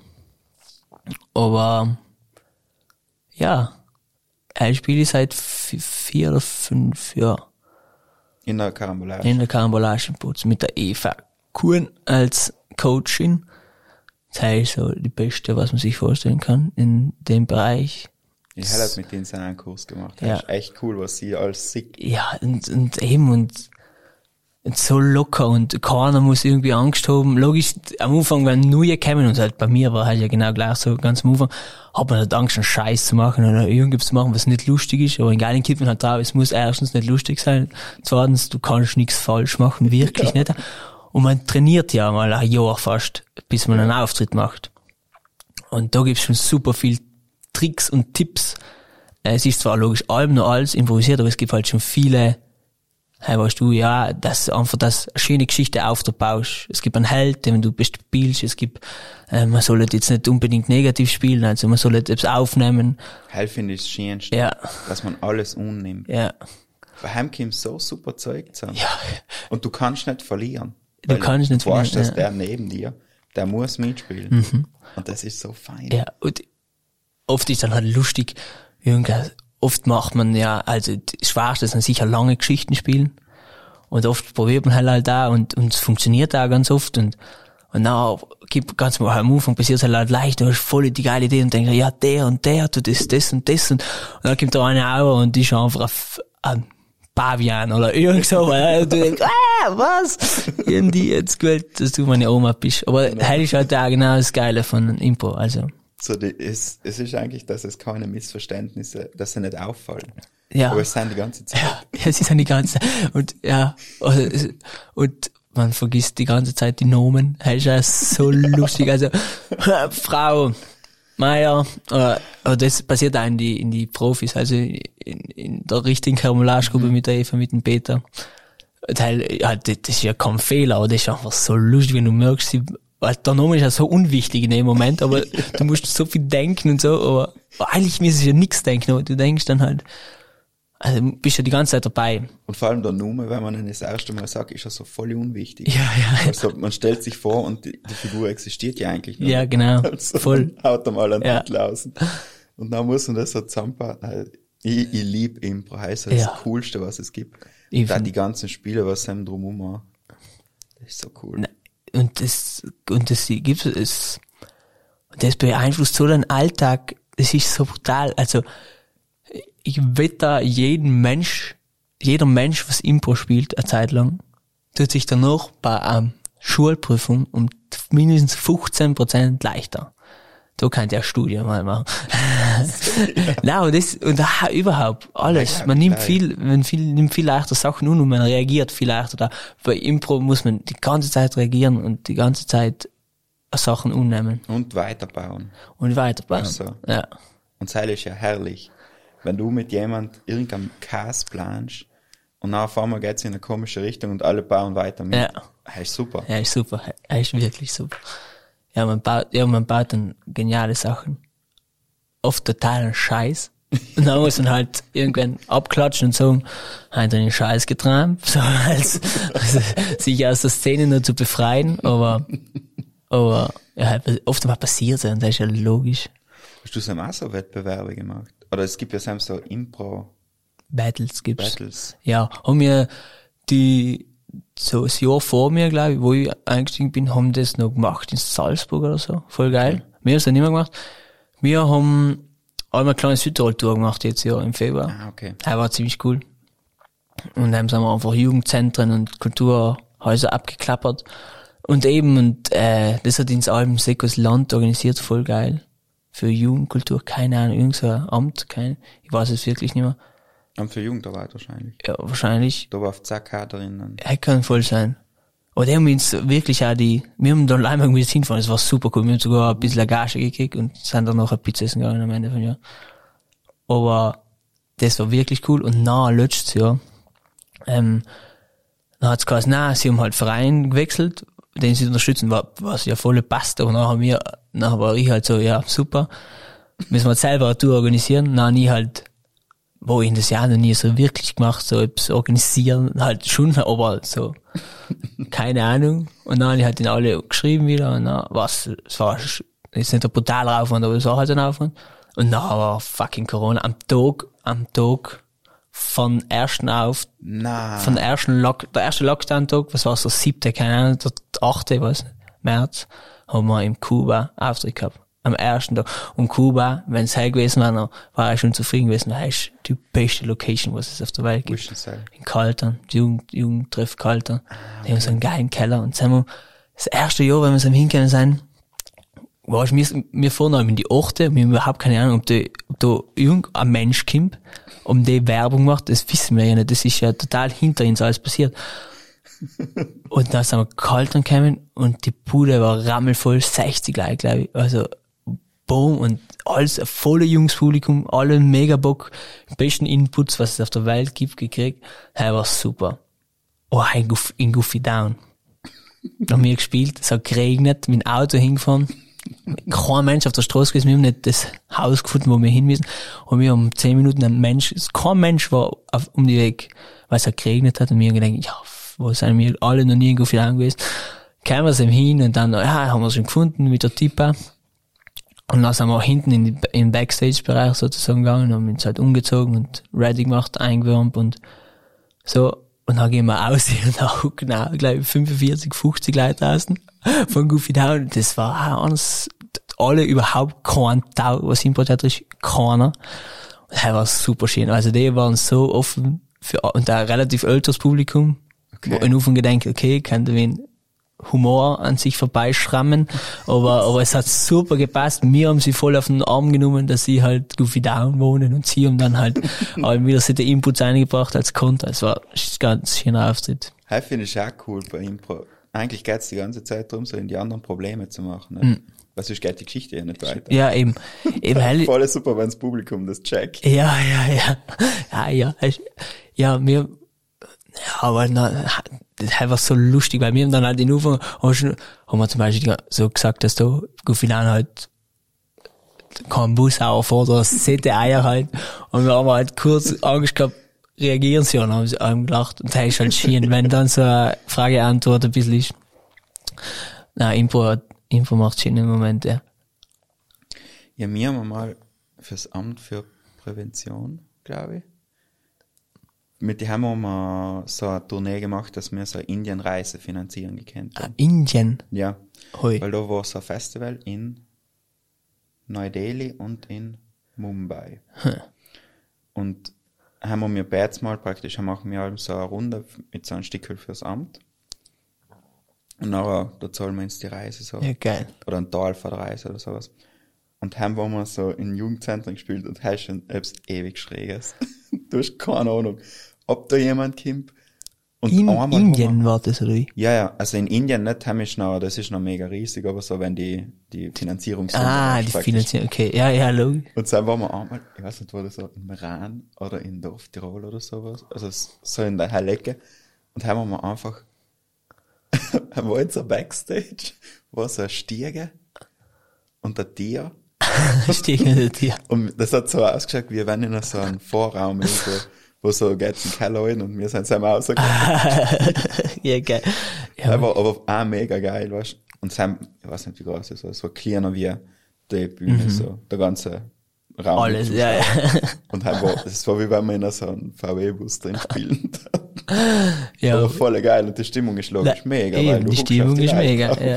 Aber, ja, ich spiele seit f- vier oder fünf Jahren. In der Karambolage. In der Karambolage-Putz mit der Eva Kuhn als Coachin. Das ist so die Beste, was man sich vorstellen kann in dem Bereich. Ich habe halt mit denen seinen Kurs gemacht. Das ja. ist echt cool, was sie alles sieht. Ja, und, und eben, und, und so locker und keiner muss irgendwie Angst haben. Logisch, am Anfang, wenn neue kommen, und halt bei mir war halt ja genau gleich so, ganz am Anfang, hat man halt Angst, einen Scheiß zu machen oder irgendwas zu machen, was nicht lustig ist. Aber in Geilen gibt man halt drauf, es muss erstens nicht lustig sein, zweitens, du kannst nichts falsch machen, wirklich ja. nicht. Und man trainiert ja mal ein Jahr fast, bis man einen Auftritt macht. Und da gibt's schon super viel Tricks und Tipps. Es ist zwar logisch allem noch alles improvisiert, aber es gibt halt schon viele, hey, weißt du, ja, das einfach das eine schöne Geschichte aufbaust. Es gibt einen Held, den du bespielst, es gibt, äh, man soll jetzt nicht unbedingt negativ spielen, also man soll etwas aufnehmen. Hell finde ich das Schönste, ja. dass man alles unnimmt. Ja. Bei ihm kommt so super Zeug zusammen. Ja. Und du kannst nicht verlieren. Du kannst nicht verlieren. Du weißt, dass ja. der neben dir, der muss mitspielen. Mhm. Und das ist so fein. Ja, und oft ist dann halt lustig, oft macht man ja, also das Schwerste sind sicher lange Geschichten spielen. Und oft probiert man halt halt da und, und es funktioniert auch ganz oft und, und dann gibt ganz mal am Anfang passiert es halt, halt leicht, du hast voll die geile Idee und denkst, ja, der und der tut das, das und das und, und dann kommt da eine Auer und die ist einfach ein Pavian oder irgend so, weil du denkst, ah, was? Irgendwie jetzt gut, dass du meine Oma bist. Aber genau. Heute ist halt auch genau das Geile von Impro, also. So, die, es, es ist eigentlich, dass es keine Missverständnisse, dass sie nicht auffallen. Ja. Aber es sind die ganze Zeit. Ja, ja, sie sind die ganze Zeit. Und, ja, und, man vergisst die ganze Zeit die Nomen. Das ist ja so lustig. Also, Frau Meier, oder, oder das passiert auch in die, in die Profis, also in, in der richtigen Karamellagegruppe mhm. mit der Eva, mit dem Peter. Teil, ja, das ist ja kein Fehler, aber das ist einfach so lustig, wenn du merkst, sie, weil der Name ist ja so unwichtig in dem Moment, aber du musst so viel denken und so, aber eigentlich müsstest du ja nichts denken, aber du denkst dann halt, also bist ja die ganze Zeit dabei. Und vor allem der Name, wenn man ihn das erste Mal sagt, ist ja so voll unwichtig. Ja, ja. Also man stellt sich vor und die, die Figur existiert ja eigentlich nicht. Ja, genau. Also voll. Haut er mal einen ja. Titel aus. Und dann muss man das so zusammenpacken. Ich, ich liebe Impro, heißt das, ja. das Coolste, was es gibt. Und dann die ganzen Spiele, was einem drumherum machen. Das ist so cool. Und das, und das gibt's, es, das beeinflusst so deinen Alltag. Das ist so brutal. Also, ich wette, jeden Mensch, jeder Mensch, was Impro spielt, eine Zeit lang, tut sich danach bei einer Schulprüfung um mindestens fünfzehn Prozent leichter. Da kann der Studie mal machen. Ja. Nein, aber das, und da, überhaupt, alles. Ja, man nimmt klar. viel, man viel, nimmt viel leichter Sachen un und man reagiert viel leichter da. Bei Impro muss man die ganze Zeit reagieren und die ganze Zeit Sachen unnehmen. Und weiterbauen. Und weiterbauen. Also. Ja. Und das ist ja herrlich. Wenn du mit jemand irgendeinem Cast planst und dann auf einmal geht's in eine komische Richtung und alle bauen weiter mit. Ja. Das ist super. Ja, ist super. Er ist wirklich super. Ja, man baut, ja, man baut dann geniale Sachen. Oft totalen Scheiß. Und dann muss man halt irgendwann abklatschen und sagen, hat einen Scheiß geträumt, so als, also, sich aus der Szene nur zu befreien, aber, aber, ja, oft mal passiert und das ist ja logisch. Hast du so auch so Wettbewerbe gemacht? Oder es gibt ja selbst so Impro. Battles gibt's. Battles. Ja, haben wir die, so das Jahr vor mir, glaube ich, wo ich eingestiegen bin, haben das noch gemacht in Salzburg oder so. Voll geil. Okay. Wir haben es ja nicht mehr gemacht. Wir haben einmal eine kleine Südtirol-Tour gemacht jetzt ja im Februar. Ah, okay. Das war ziemlich cool. Und dann sind wir einfach Jugendzentren und Kulturhäuser abgeklappert. Und eben, und äh, das hat ins Alben Sekos Land organisiert, voll geil. Für Jugendkultur, keine Ahnung, irgend so ein Amt, kein, ich weiß es wirklich nicht mehr. Amt für Jugendarbeit wahrscheinlich. Ja, wahrscheinlich. Da war auf Zack drin. Er kann voll sein. Aber die haben uns wirklich auch die, wir haben da einmal irgendwie hinfahren, das war super cool, wir haben sogar ein bisschen Gage gekriegt und sind dann noch ein Pizza essen gegangen am Ende von Jahr. Aber das war wirklich cool und na, letztes Jahr, ähm, dann hat's geheißen, na, sie haben halt Verein gewechselt, den sie unterstützen, war, was ja voll passt, aber dann haben wir, dann war ich halt so, ja, super, müssen wir halt selber eine Tour organisieren, na, nie halt, wo ich das Jahr noch nie so wirklich gemacht, so etwas organisieren, halt schon, aber so, keine Ahnung. Und dann habe ich halt den alle geschrieben wieder, und dann was, es war jetzt nicht der brutale Aufwand, aber es war halt ein Aufwand. Und dann war fucking Corona, am Tag, am Tag, von ersten auf, Na. von der ersten Lock, der erste Lockdown-Tag, was war so, siebte, keine Ahnung, der achte, was, März, haben wir in Kuba Auftritt gehabt. Am ersten Tag. Und Kuba, wenn es hell gewesen wäre, war ich schon zufrieden gewesen, weil es die beste Location, was es auf der Welt gibt. In Kaltern, Jugend, Jugendtreff Kaltern. Ah, okay. Die haben so einen geilen Keller. Und sagen wir, das erste Jahr, wenn wir so hinkommen sein, war ich mir, mir vornehmen in die Orte, und wir haben überhaupt keine Ahnung, ob da, ob da irgendein Mensch kommt, um die Werbung macht, das wissen wir ja nicht. Das ist ja total hinter uns alles passiert. Und dann sind wir Kaltern gekommen und die Bude war rammelvoll, sechzig Leute, glaube ich. Also, boom, und alles ein voller Jungspublikum, alle mega Bock, besten Inputs, was es auf der Welt gibt, gekriegt. Das war super. Oh, in Goofy, in Goofy Down. Da haben wir gespielt, es hat geregnet, mit dem Auto hingefahren. Kein Mensch auf der Straße gewesen, wir haben nicht das Haus gefunden, wo wir hin müssen. Und wir haben zehn Minuten ein Mensch, kein Mensch war auf, um die Weg, weil es halt geregnet hat. Und wir haben gedacht, ja, wo sind wir alle noch nie in Goofy Down gewesen. Kamen wir hin und dann, ja, haben wir es schon gefunden mit der Tippa. Und dann sind wir hinten in den in Backstage-Bereich sozusagen gegangen und haben uns halt umgezogen und ready gemacht, eingewärmt und so. Und dann gehen wir aus und dann genau, glaube ich, fünfundvierzig, fünfzig Leute draußen von Goofy Down. Das war auch alles, alle überhaupt kein Tau, was importiert ist, keiner. Und das war super schön. Also die waren so offen für, und ein relativ älteres Publikum, okay. Wo ich nur von gedacht, okay, könnte wen Humor an sich vorbeischrammen, aber, aber es hat super gepasst. Wir haben sie voll auf den Arm genommen, dass sie halt Goofy Down wohnen und sie haben dann halt auch wieder so die Inputs eingebracht als Konter. Es war ein ganz schöner Auftritt. Das finde ich auch cool bei Impro. Eigentlich geht es die ganze Zeit darum, so in die anderen Probleme zu machen. Ne? Mhm. Weil sonst geht die Geschichte ja nicht weiter. Ja, eben. eben weil, Voll super, wenn das Publikum das checkt. ja, ja, ja. Ja, ja. ich- Ja, mir, ja, aber na, das war so lustig, weil wir haben dann halt in Anfang, haben schon- haben wir zum Beispiel so gesagt, dass da Guffilan halt kein Bus auffährt oder säte Eier halt. Und wir haben halt kurz Angst gehabt, reagieren sie und haben sie haben gelacht. Und das ist halt schön, wenn dann so eine Frage-Antwort ein bisschen ist. Na, Impro, Impro macht schön im Moment, ja. Ja, wir haben mal fürs Amt für Prävention, glaube ich. Mit dem haben wir mal so eine Tournee gemacht, dass wir so eine Indienreise finanzieren gekannt Ah, haben. Indien. Ja, Hoi. weil da war so ein Festival in Neu-Delhi und in Mumbai. Und haben wir mir beides mal praktisch, machen wir halt so eine Runde mit so einem Stickel fürs Amt. Und nachher, da zahlen wir uns die Reise so. Ja, geil. Oder ein Teil von der Reise oder sowas. Und haben wir mal so in Jugendzentren gespielt und hast schon etwas ewig Schräges. Du hast keine Ahnung, ob da jemand kommt. Und In einmal haben Indien wir- war das, oder wie? Ja, ja, also in Indien nicht, haben wir noch, das ist noch mega riesig, aber so, wenn die, die Finanzierungssumme Ah, ist die praktisch. Finanzierung, okay. Ja, ja, logisch. Und dann waren wir einmal, ich weiß nicht, war das so im Iran oder in Dorf Tirol oder sowas, also so in der Hallecke. Und haben wir mal einfach, haben wir jetzt so Backstage, war so ein Stiege und ein Tier. Stehe hinter dir. Und das hat so ausgeschaut, wie wenn in so einem Vorraum irgendwo, wo so geht's in Keller rein und wir sind selber rausgekommen. Ja, geil. Ja, Aber, aber auch mega geil, weißt du. Und Sam, ich weiß nicht, wie groß es ist, es war kleiner wie die Bühne, so, der ganze Raum. alles, mit ja, ja. Zuschauern. Und halt war, das war wie wenn man in so einem V W-Bus drin spielen. Ja, Aber voll geil und die Stimmung ist logisch Na, mega, eben, weil du die guckst Stimmung auf die ist Leute mega, drauf. ja.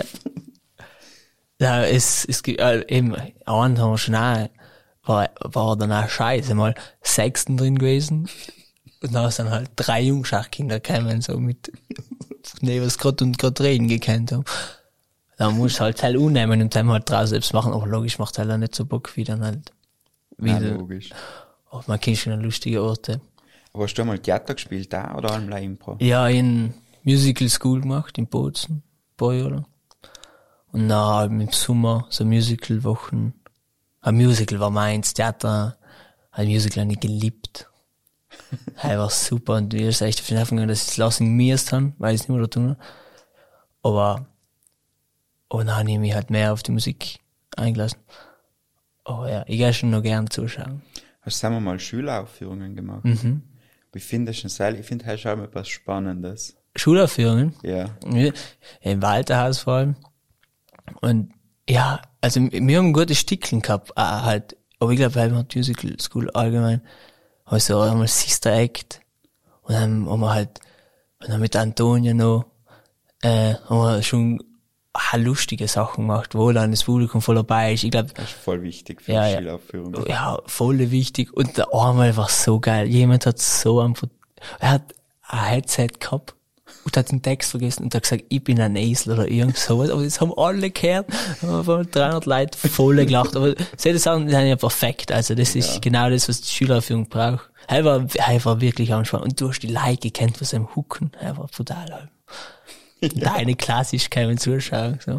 Ja, es, es gibt, äh, eben, einen haben wir schon auch, war, war dann auch scheiße, mal Sechsten drin gewesen. Und dann sind halt drei Jungschachkinder gekommen, so mit, nee, was grad und grad reden gekannt haben. Dann musst du halt Teil unnehmen und dann halt draus selbst machen, aber logisch macht halt auch nicht so Bock, wie dann halt, wie, Ja, so, logisch. oh, man kennt schon lustige Orte. Aber hast du mal Theater gespielt da oder einmal Impro? Ja, in Musical School gemacht, in Bozen, ein paar Jahre lang. Und dann halt im Sommer so Musical-Wochen. Ein Musical war meins, Theater, ein Musical habe ich geliebt. Das war super und mir ist echt auf den Nerven gegangen, dass ich es lassen gemisst habe, weil ich es nicht mehr da tun. Aber, und dann habe ich mich halt mehr auf die Musik eingelassen. Aber ja, ich gehe schon noch gern zuschauen. Hast du mal Schüleraufführungen gemacht? Mhm. Wie findest du das? Ich finde, das ist auch mal etwas Spannendes. Schulaufführungen? Ja. Ja, im Walterhaus vor allem. Und ja, also wir haben gute Stickeln gehabt, äh, halt, aber ich glaube, weil wir Musical School allgemein, also einmal Sister Act, und dann haben wir halt, und dann mit Antonia noch, äh, haben wir schon ah, lustige Sachen gemacht, wo dann das Publikum voll dabei ist. Ich glaube, Das ist voll wichtig für Ja, die ja. Schüleraufführungen. ja, voll wichtig. Und der einmal war so geil. Jemand hat so am, er hat ein Headset gehabt und hat den Text vergessen und hat gesagt, ich bin ein Esel oder irgend sowas. Aber das haben alle gehört. Da waren dreihundert Leute voll gelacht. Aber solche Sachen sind ja perfekt. Also das ist Ja. genau das, was die Schüleraufführung braucht. Er war, er war wirklich anspannend. Und du hast die Leute gekannt von seinem Hucken. Er war total halb. Ja. Deine klassisch keinen Zuschauer, so.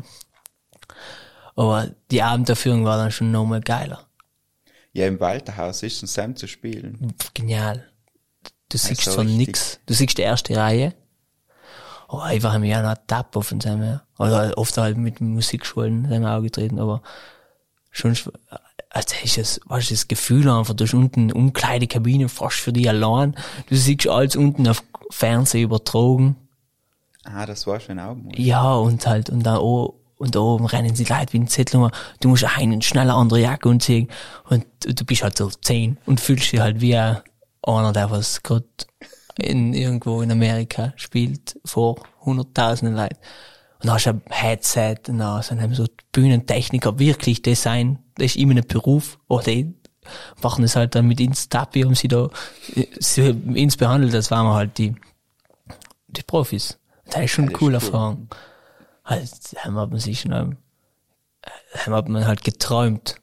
Aber die Abendaufführung war dann schon nochmal geiler. Ja, im Walterhaus ist ein Sam zu spielen. Genial. Du siehst so von richtig. nix. Du siehst die erste Reihe. Oh, einfach haben wir ja noch einen Tab offen sein, ja. Oder oft halt mit Musikschulen sind wir auch getreten, aber schon, schw- als ist es, weißt du, das Gefühl einfach, du hast unten Umkleidekabine fast für dich allein. Du siehst alles unten auf Fernsehen übertragen. Ah, das war schon auch mal. Ja, und halt, und da, o- und da oben rennen die Leute wie ein Zettel. Du musst einen schnell eine andere Jacke anziehen. Und du bist halt so zehn und fühlst dich halt wie einer, der was gerade in, irgendwo in Amerika spielt, vor hunderttausenden Leuten. Und dann hast du ein Headset, und dann sind eben so Bühnentechniker, wirklich Design, das ist immer ein Beruf, oder die machen es halt dann mit ins Tapi, um sie da, sie ins behandelt, das waren wir halt die, die Profis. Das ist schon Ja, eine das coole ist cool. Erfahrung. Halt, haben hat man sich schon, ähm, haben hat man halt geträumt.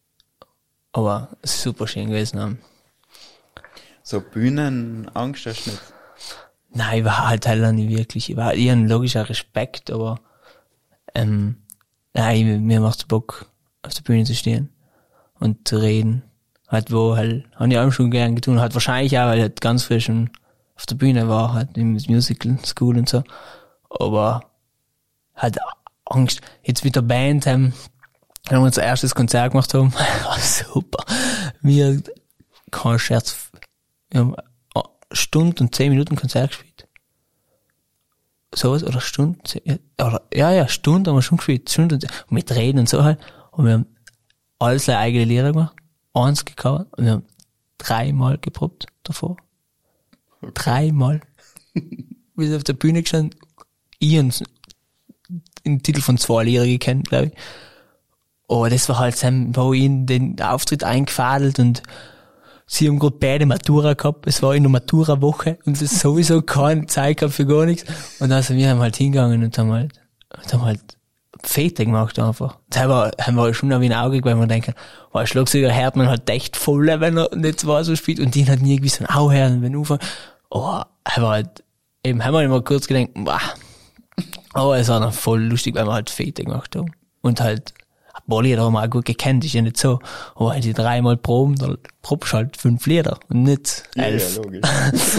Aber super schön gewesen. Ähm. So Bühnenangst hast du nicht. Nein, ich war halt halt nicht wirklich. Ich war eher ein logischer Respekt, aber ähm, nein, mir macht's Bock, auf der Bühne zu stehen und zu reden. Halt wo halt, habe ich auch schon gern getan. Halt wahrscheinlich auch, weil ich halt ganz frisch schon auf der Bühne war, halt im Musical School und so. Aber halt Angst. Jetzt mit der Band haben, haben wir unser erstes Konzert gemacht haben. War super. Wir, kein Scherz, wir haben eine Stunde und zehn Minuten Konzert gespielt. Sowas, oder Stunde, oder, ja, ja, Stunde haben wir schon gespielt. Stunde und, und mit Reden und so halt. Und wir haben alles eigene Lieder gemacht. Eins gecovert. Und wir haben dreimal geprobt davor. Okay. Dreimal. Wir sind auf der Bühne gestanden. Ich und den Titel von zwei Lieder gekannt, glaube ich. Oh, das war halt Sam, wo ich in den Auftritt eingefadelt und sie haben gerade beide Matura gehabt. Es war in der Matura-Woche und es ist sowieso keine Zeit gehabt für gar nichts. Und also wir haben halt hingegangen und haben halt, und haben halt Fete gemacht einfach. Da war, haben wir schon wie ein Auge, weil man denken, oh, ein Schlagzeuger hört man halt echt voll, wenn er nicht zwar so spielt und die hat nie gewiss, auch hören, wenn du oh, er war halt, eben haben wir immer kurz gedacht, boah. Aber es war dann voll lustig, weil wir halt Fete gemacht haben. Und halt, ein paar Lieder haben wir auch gut gekannt, ist ja nicht so. Aber halt die dreimal proben, dann probst du halt fünf Lieder und nicht elf. Ja, ja, logisch.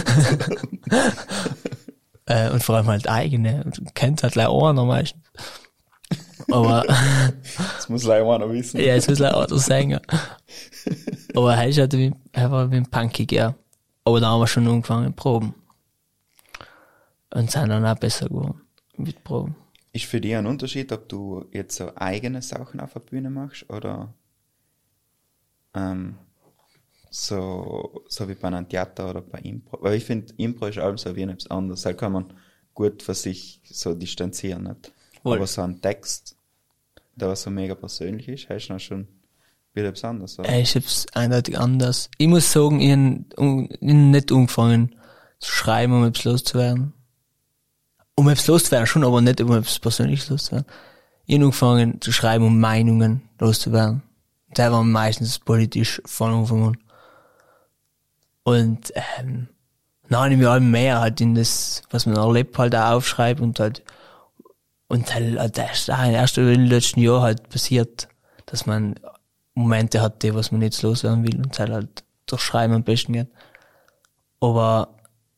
äh, und vor allem halt eigene. Du kennst halt gleich einer meistens. Aber. Das muss gleich einer wissen. Ja, es muss gleich einer sagen. Aber er ist halt wie, er war wie ein Punkig, ja. Aber da haben wir schon angefangen mit Proben. Und sind dann auch besser geworden. Mit Proben. Ist für dich ein Unterschied, ob du jetzt so eigene Sachen auf der Bühne machst oder ähm, so, so wie bei einem Theater oder bei Impro? Weil ich finde, Impro ist alles so wie etwas anderes. Da kann man gut für sich so distanzieren. Nicht? Aber so ein Text, der was so mega persönlich ist, hast du noch schon wieder etwas anderes. Oder? Ich hab's eindeutig anders. Ich muss sagen, ich habe nicht angefangen zu schreiben, um etwas loszuwerden. Um etwas loszuwerden schon, aber nicht um etwas Persönliches loszuwerden. Ich habe angefangen zu schreiben, um Meinungen loszuwerden. Die waren meistens politisch von Anfang an. Und ähm, dann habe ich mir halt mehr halt in das, was man erlebt, halt auch aufschreibt und halt und halt erst, erst in den letzten Jahren halt passiert, dass man Momente hatte, was man jetzt loswerden will und halt, halt durch Schreiben am besten geht. Aber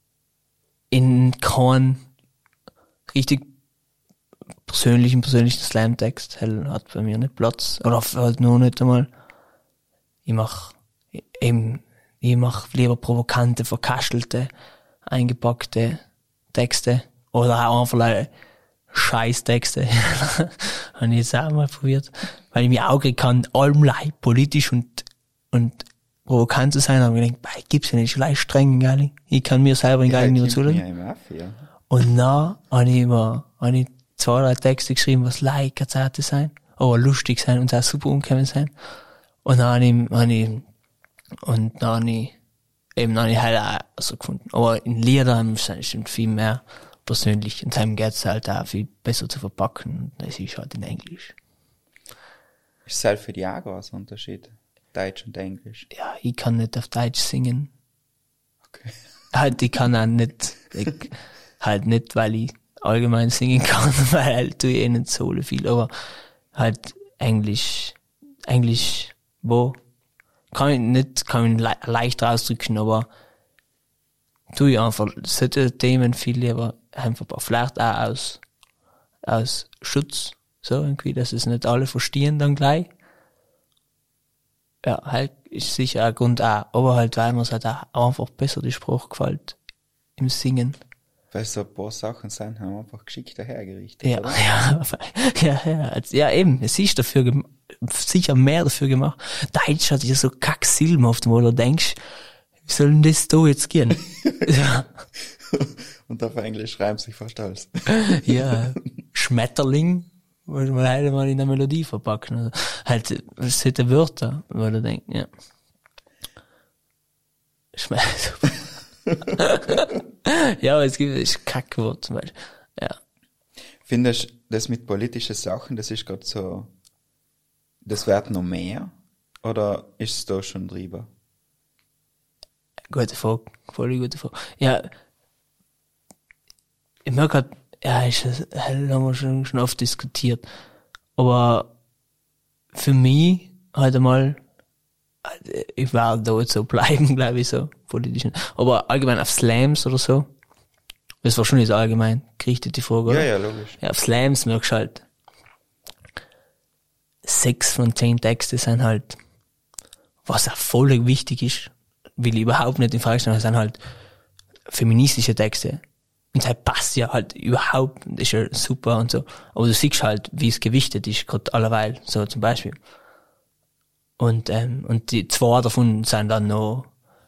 in keinem richtig persönlichen, persönlichen Slam-Text hat bei mir nicht Platz. Oder halt nur nicht einmal. Ich mach eben, ich mach lieber provokante, verkastelte, eingepackte Texte. Oder auch einfach Scheißtexte. Habe ich jetzt auch mal probiert. Weil ich mir auch kann, allem leid, politisch und, und provokant zu sein, habe ich gedacht, bei, gibt's ja nicht, gleich streng, geil. Ich kann mir selber in geil nicht zulassen. Und dann habe ich immer, habe ich zwei, drei Texte geschrieben, was like Konzerte sein, aber lustig sein und auch super umgekommen sein. Und dann habe ich, habe ich, und dann habe ich, eben dann habe ich halt auch so gefunden. Aber in Liedern ist es bestimmt viel mehr persönlich. Und dann geht es halt auch viel besser zu verpacken. Und das ist halt in Englisch. Ist es halt für die auch ein Unterschied? Deutsch und Englisch? Ja, ich kann nicht auf Deutsch singen. Okay. Halt, ich kann auch nicht, ich, halt nicht, weil ich allgemein singen kann, weil halt tue ich eh nicht so viel, aber halt Englisch, Englisch, wo, kann ich nicht, kann ich le- leicht ausdrücken, aber tue ich einfach, solche Themen viel lieber, einfach vielleicht auch aus, aus Schutz, so irgendwie, dass es nicht alle verstehen dann gleich. Ja, halt, ist sicher ein Grund auch, aber halt, weil mir es halt auch einfach besser die Sprache gefällt, im Singen. Weil so ein paar Sachen sind, haben wir einfach geschickt dahergerichtet, ja, oder? Ja, ja, ja, ja, eben, es ist dafür gemacht, sicher mehr dafür gemacht. Deutsch hat ja so Kack-Silben oft, wo du denkst, wie soll denn das da jetzt gehen? Ja. Und auf Englisch schreiben sich fast alles. Ja, Schmetterling, wollte man halt mal in eine Melodie verpacken. Also, halt, es hätte Wörter, wo du denkst, ja. Schmetterling. Ja, aber es gibt das Kackwort zum Beispiel. Ja. Findest du, das mit politischen Sachen, das ist gerade so, das wird noch mehr? Oder ist es da schon drüber? Gute Frage, voll gute Frage. Ja, ich merke halt, ja, ist das, das haben wir schon, schon oft diskutiert. Aber für mich halt einmal, ich werde da jetzt so bleiben, glaube ich, so, politisch. Aber allgemein auf Slams oder so, das war schon jetzt allgemein gerichtet, die Frage, oder? Ja, ja, logisch. Ja, auf Slams merkst du halt, sechs von zehn Texte sind halt, was auch voll wichtig ist, will ich überhaupt nicht in Frage stellen, das sind halt feministische Texte. Und das passt ja halt überhaupt, das ist ja super und so. Aber du siehst halt, wie es gewichtet ist, gerade allerweil, so zum Beispiel. Und, ähm, und die zwei davon sind dann noch,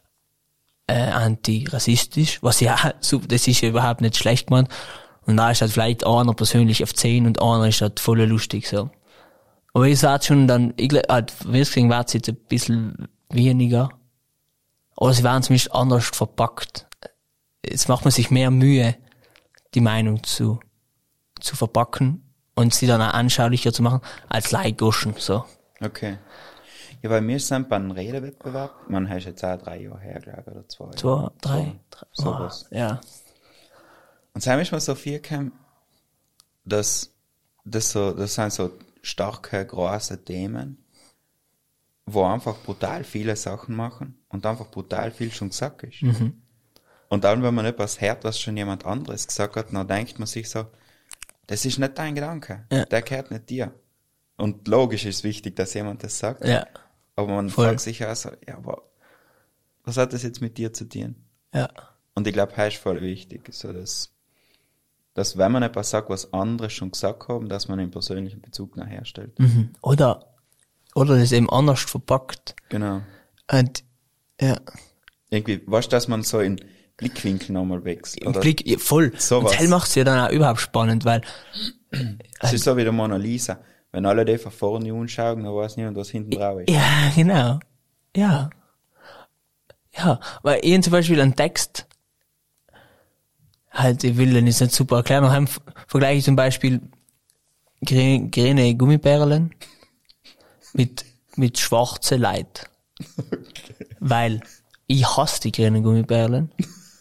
äh, antirassistisch, was ja, super, das ist ja überhaupt nicht schlecht gemeint. Und da ist halt vielleicht einer persönlich auf zehn und einer ist halt voll lustig, so. Aber ich sag schon dann, ich glaube, halt, deswegen war es jetzt ein bisschen weniger. Aber sie waren zumindest anders verpackt. Jetzt macht man sich mehr Mühe, die Meinung zu, zu verpacken und sie dann auch anschaulicher zu machen, als Leihgoschen, so. Okay. Ja, bei mir sind bei einem Redewettbewerb, man heißt jetzt auch drei Jahre her, glaube ich, oder zwei. Zwei, drei, drei, sowas. Oh, ja. Und es ist mir so viel gekommen, dass, das so, das sind so starke, große Themen, wo einfach brutal viele Sachen machen und einfach brutal viel schon gesagt ist. Mhm. Und dann, wenn man etwas hört, was schon jemand anderes gesagt hat, dann denkt man sich so, das ist nicht dein Gedanke, ja. der gehört nicht dir. Und logisch ist wichtig, dass jemand das sagt, ja. aber man Voll. fragt sich auch so, ja, aber was hat das jetzt mit dir zu tun? Ja. Und ich glaube, das ist voll wichtig, so dass, dass wenn man etwas sagt, was andere schon gesagt haben, dass man einen persönlichen Bezug noch herstellt. Mhm. Oder, oder das eben anders verpackt. Genau. Und, ja. Irgendwie, weißt du, dass man so in Blickwinkel nochmal wechselt, Im oder? Blick, ja, voll. Sowas. Und das macht's ja dann auch überhaupt spannend, weil, Es ist so wie der Mona Lisa. Wenn alle die von vorne anschauen, dann weiß niemand, was hinten drauf ist. ja, genau. Ja. Ja, weil ich zum Beispiel einen Text, halt, ich will den jetzt nicht super erklären, aber heim vergleiche ich zum Beispiel grä- grüne Gummibärlen mit, mit schwarze Leid. Okay. Weil ich hasse die grünen Gummibärlen.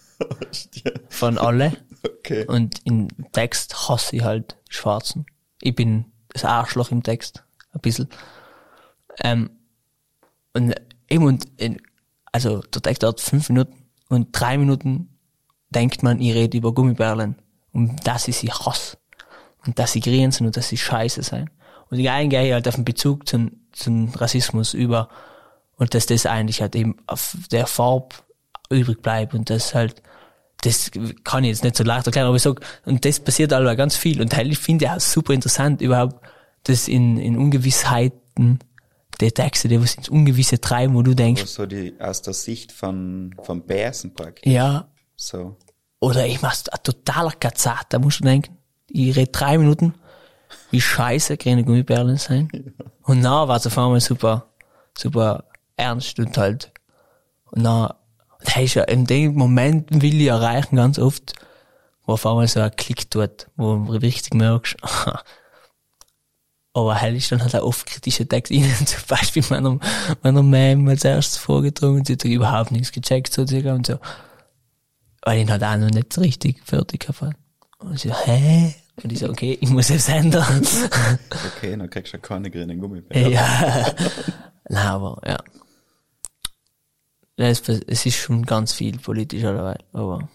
Von alle. Okay. Und im Text hasse ich halt die Schwarzen. Ich bin das Arschloch im Text. Ein bisschen. Ähm, und eben, und, also, der Text dauert fünf Minuten und drei Minuten denkt man, ich rede über Gummibärlen. Und dass ich sie hasse. Und dass sie grün sind und dass sie scheiße sein. Und ich eingehe halt auf den Bezug zum, zum Rassismus über. Und dass das eigentlich halt eben auf der Farbe übrig bleibt und das halt, das kann ich jetzt nicht so leicht erklären, aber ich sag, und das passiert alle ganz viel und ich finde ja super interessant überhaupt, dass in, in Ungewissheiten die Texte, die was ins Ungewisse treiben, wo du denkst, So die, aus der Sicht von, von Bärsen praktisch. ja, So. oder ich mach's ein totaler Katzat, da musst du denken, ich rede drei Minuten, wie scheiße grüne Gummibärlen sein, und na war es auf einmal super, super ernst und halt, und na, das ist ja, in dem Moment will ich erreichen ganz oft, wo auf einmal so ein Klick tut, wo du richtig merkst, aber halt ist dann halt auch oft kritische Text innen, zum Beispiel meiner, meiner Mom als erstes vorgetragen, und sie hat überhaupt nichts gecheckt, sozusagen, und so, weil ich ihn halt auch noch nicht richtig fertig habe. Und ich so, hä? Und ich so, okay, ich muss es ändern. Okay, dann kriegst du ja keine grünen Gummibärchen. Ja. Nein, aber, ja. Es, es ist schon ganz viel politisch dabei, aber.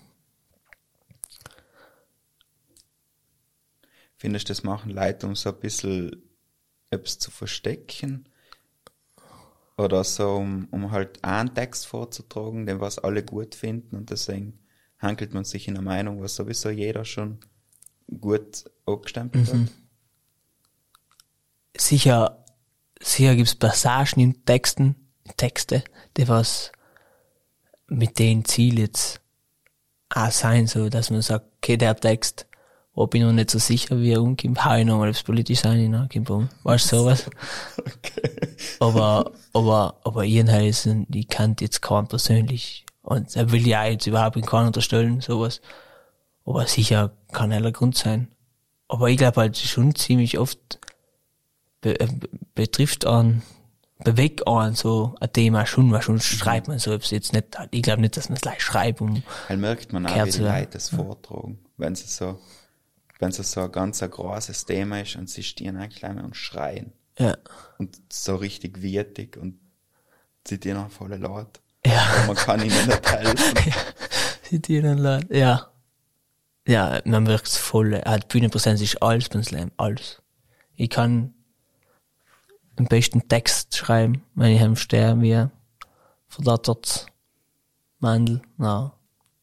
Findest du, das machen Leute, um so ein bisschen etwas zu verstecken? Oder so, um, um halt einen Text vorzutragen, den was alle gut finden, und deswegen handelt man sich in einer Meinung, was sowieso jeder schon gut abgestempelt Mhm. hat? Sicher, sicher gibt's Passagen in Texten, Texte, die was mit dem Ziel jetzt auch sein soll, dass man sagt, okay, der Text, wo bin ich noch nicht so sicher, wie er umkommt, hau ich nochmal aufs Politische ein, ne, um. Weißt du, sowas? Okay. Aber, aber, aber Irenhausen, ich kannte jetzt keinen persönlich, und er will ja jetzt überhaupt in keinen unterstellen, sowas. Aber sicher kann heller Grund sein. Aber ich glaube halt schon ziemlich oft be- äh, betrifft an bewegt einen so ein Thema schon, weil schon schreibt man so, ob es jetzt nicht, ich glaube nicht, dass man es gleich schreibt, um. Halt merkt man auch, Gehört wie die zu- Leute das vortragen. Wenn es so, wenn es so ein ganz ein großes Thema ist und sie stehen eigentlich gleich mal und schreien. Ja. Und so richtig wietig und sie stehen auch voll laut. Ja. Aber man kann ihnen nicht helfen. Zitieren Leute. Ja. Ja, man wirkt voll. Äh, die Bühnenpräsenz ist alles beim Slam. Alles. Ich kann am besten Text schreiben, wenn ich am stehe, wie verdattert Mandel. Na.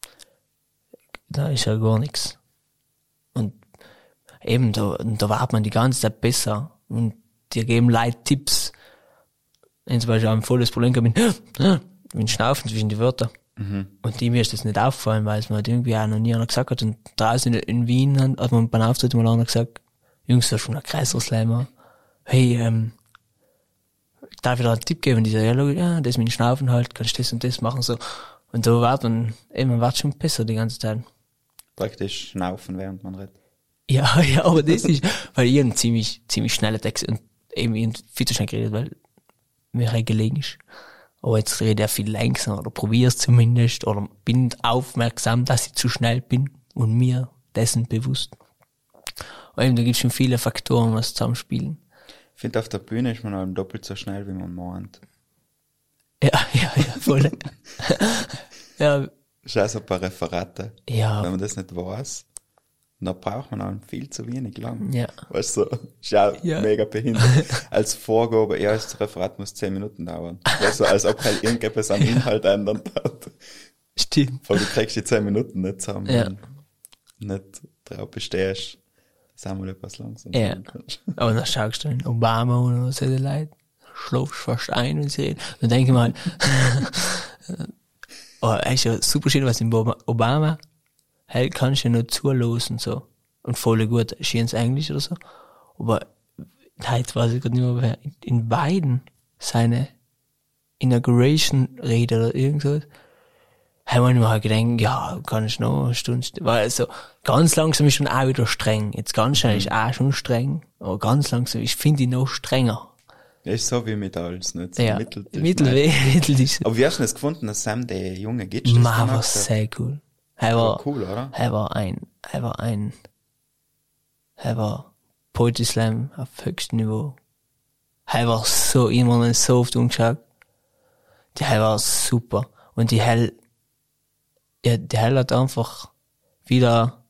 Da ist ja gar nichts. Und eben, da, da war man die ganze Zeit besser. Und die geben Leute Tipps. Wenn zum Beispiel ein volles Problem gehabt bin, bin schnaufen zwischen die Wörter. Mhm. Und die mir ist das nicht aufgefallen, weil es mir halt irgendwie auch noch nie einer gesagt hat. Und draußen in, in Wien hat, hat man beim Auftritt mal einer gesagt, Jungs, das ist schon ein Kreiserslammer. Hey, ähm, darf ich da einen Tipp geben? Und die sagen, ja, logisch, ja, das mit dem Schnaufen halt, kannst das und das machen, so. Und da war man, eben, man war schon besser die ganze Zeit. Praktisch schnaufen, während man redet. Ja, ja, aber das ist, weil ich einen ziemlich, ziemlich schnelle Text und eben ich hab viel zu schnell geredet, weil mir halt gelegen ist. Aber jetzt rede ich viel langsamer oder probier's zumindest oder bin aufmerksam, dass ich zu schnell bin und mir dessen bewusst. Und eben, da gibt's schon viele Faktoren, was zusammenspielen. Ich finde, auf der Bühne ist man halt doppelt so schnell, wie man meint. Ja, ja, ja, voll. ja, Das ist auch so ein paar Referate. ja, Wenn man das nicht weiß, dann braucht man halt viel zu wenig lang. ja, Weißt du, so, ist auch Ja. mega behindert. Als Vorgabe, ja, das Referat muss zehn Minuten dauern. Weißt du, als ob halt irgendetwas am Inhalt ändern hat. stimmt. Weil du kriegst die zehn Minuten nicht zusammen. Ja. wenn du nicht drauf bestehst, dass einmal etwas langsam Ja. sagen kannst. Aber dann schaust du in Obama oder so, die Leute, schlafst fast ein, wenn sie reden. Dann denke ich mal, oh, er ist ja super schön, was in Obama, halt kannst du ja nur zulosen, so. Und voll gut, schönes Englisch oder so. Aber, heute weiß ich gerade nicht mehr, wer, in Biden, seine Inauguration-Rede oder irgendwas, haben wir mir halt gedacht, ja, kann ich noch eine Stunde, weil also, ganz langsam ist schon auch wieder streng. Jetzt ganz schnell ist auch schon streng, aber ganz langsam, ich finde ihn noch strenger. Ja, ist so wie mit alles, nicht? So Ja, mittelt- Mittelweg, Mittel ist, Aber wie hast du das gefunden, dass Sam, der junge Gitsch, das Ma, dann war auch gesagt? sehr cool. Er war war, cool, oder? er war ein, er war ein, er war Poetry Slam auf höchstem Niveau. Er war so, immer noch so oft umgeschaut. Die Hell war super. Und die Hell, ja, die Hell hat einfach wieder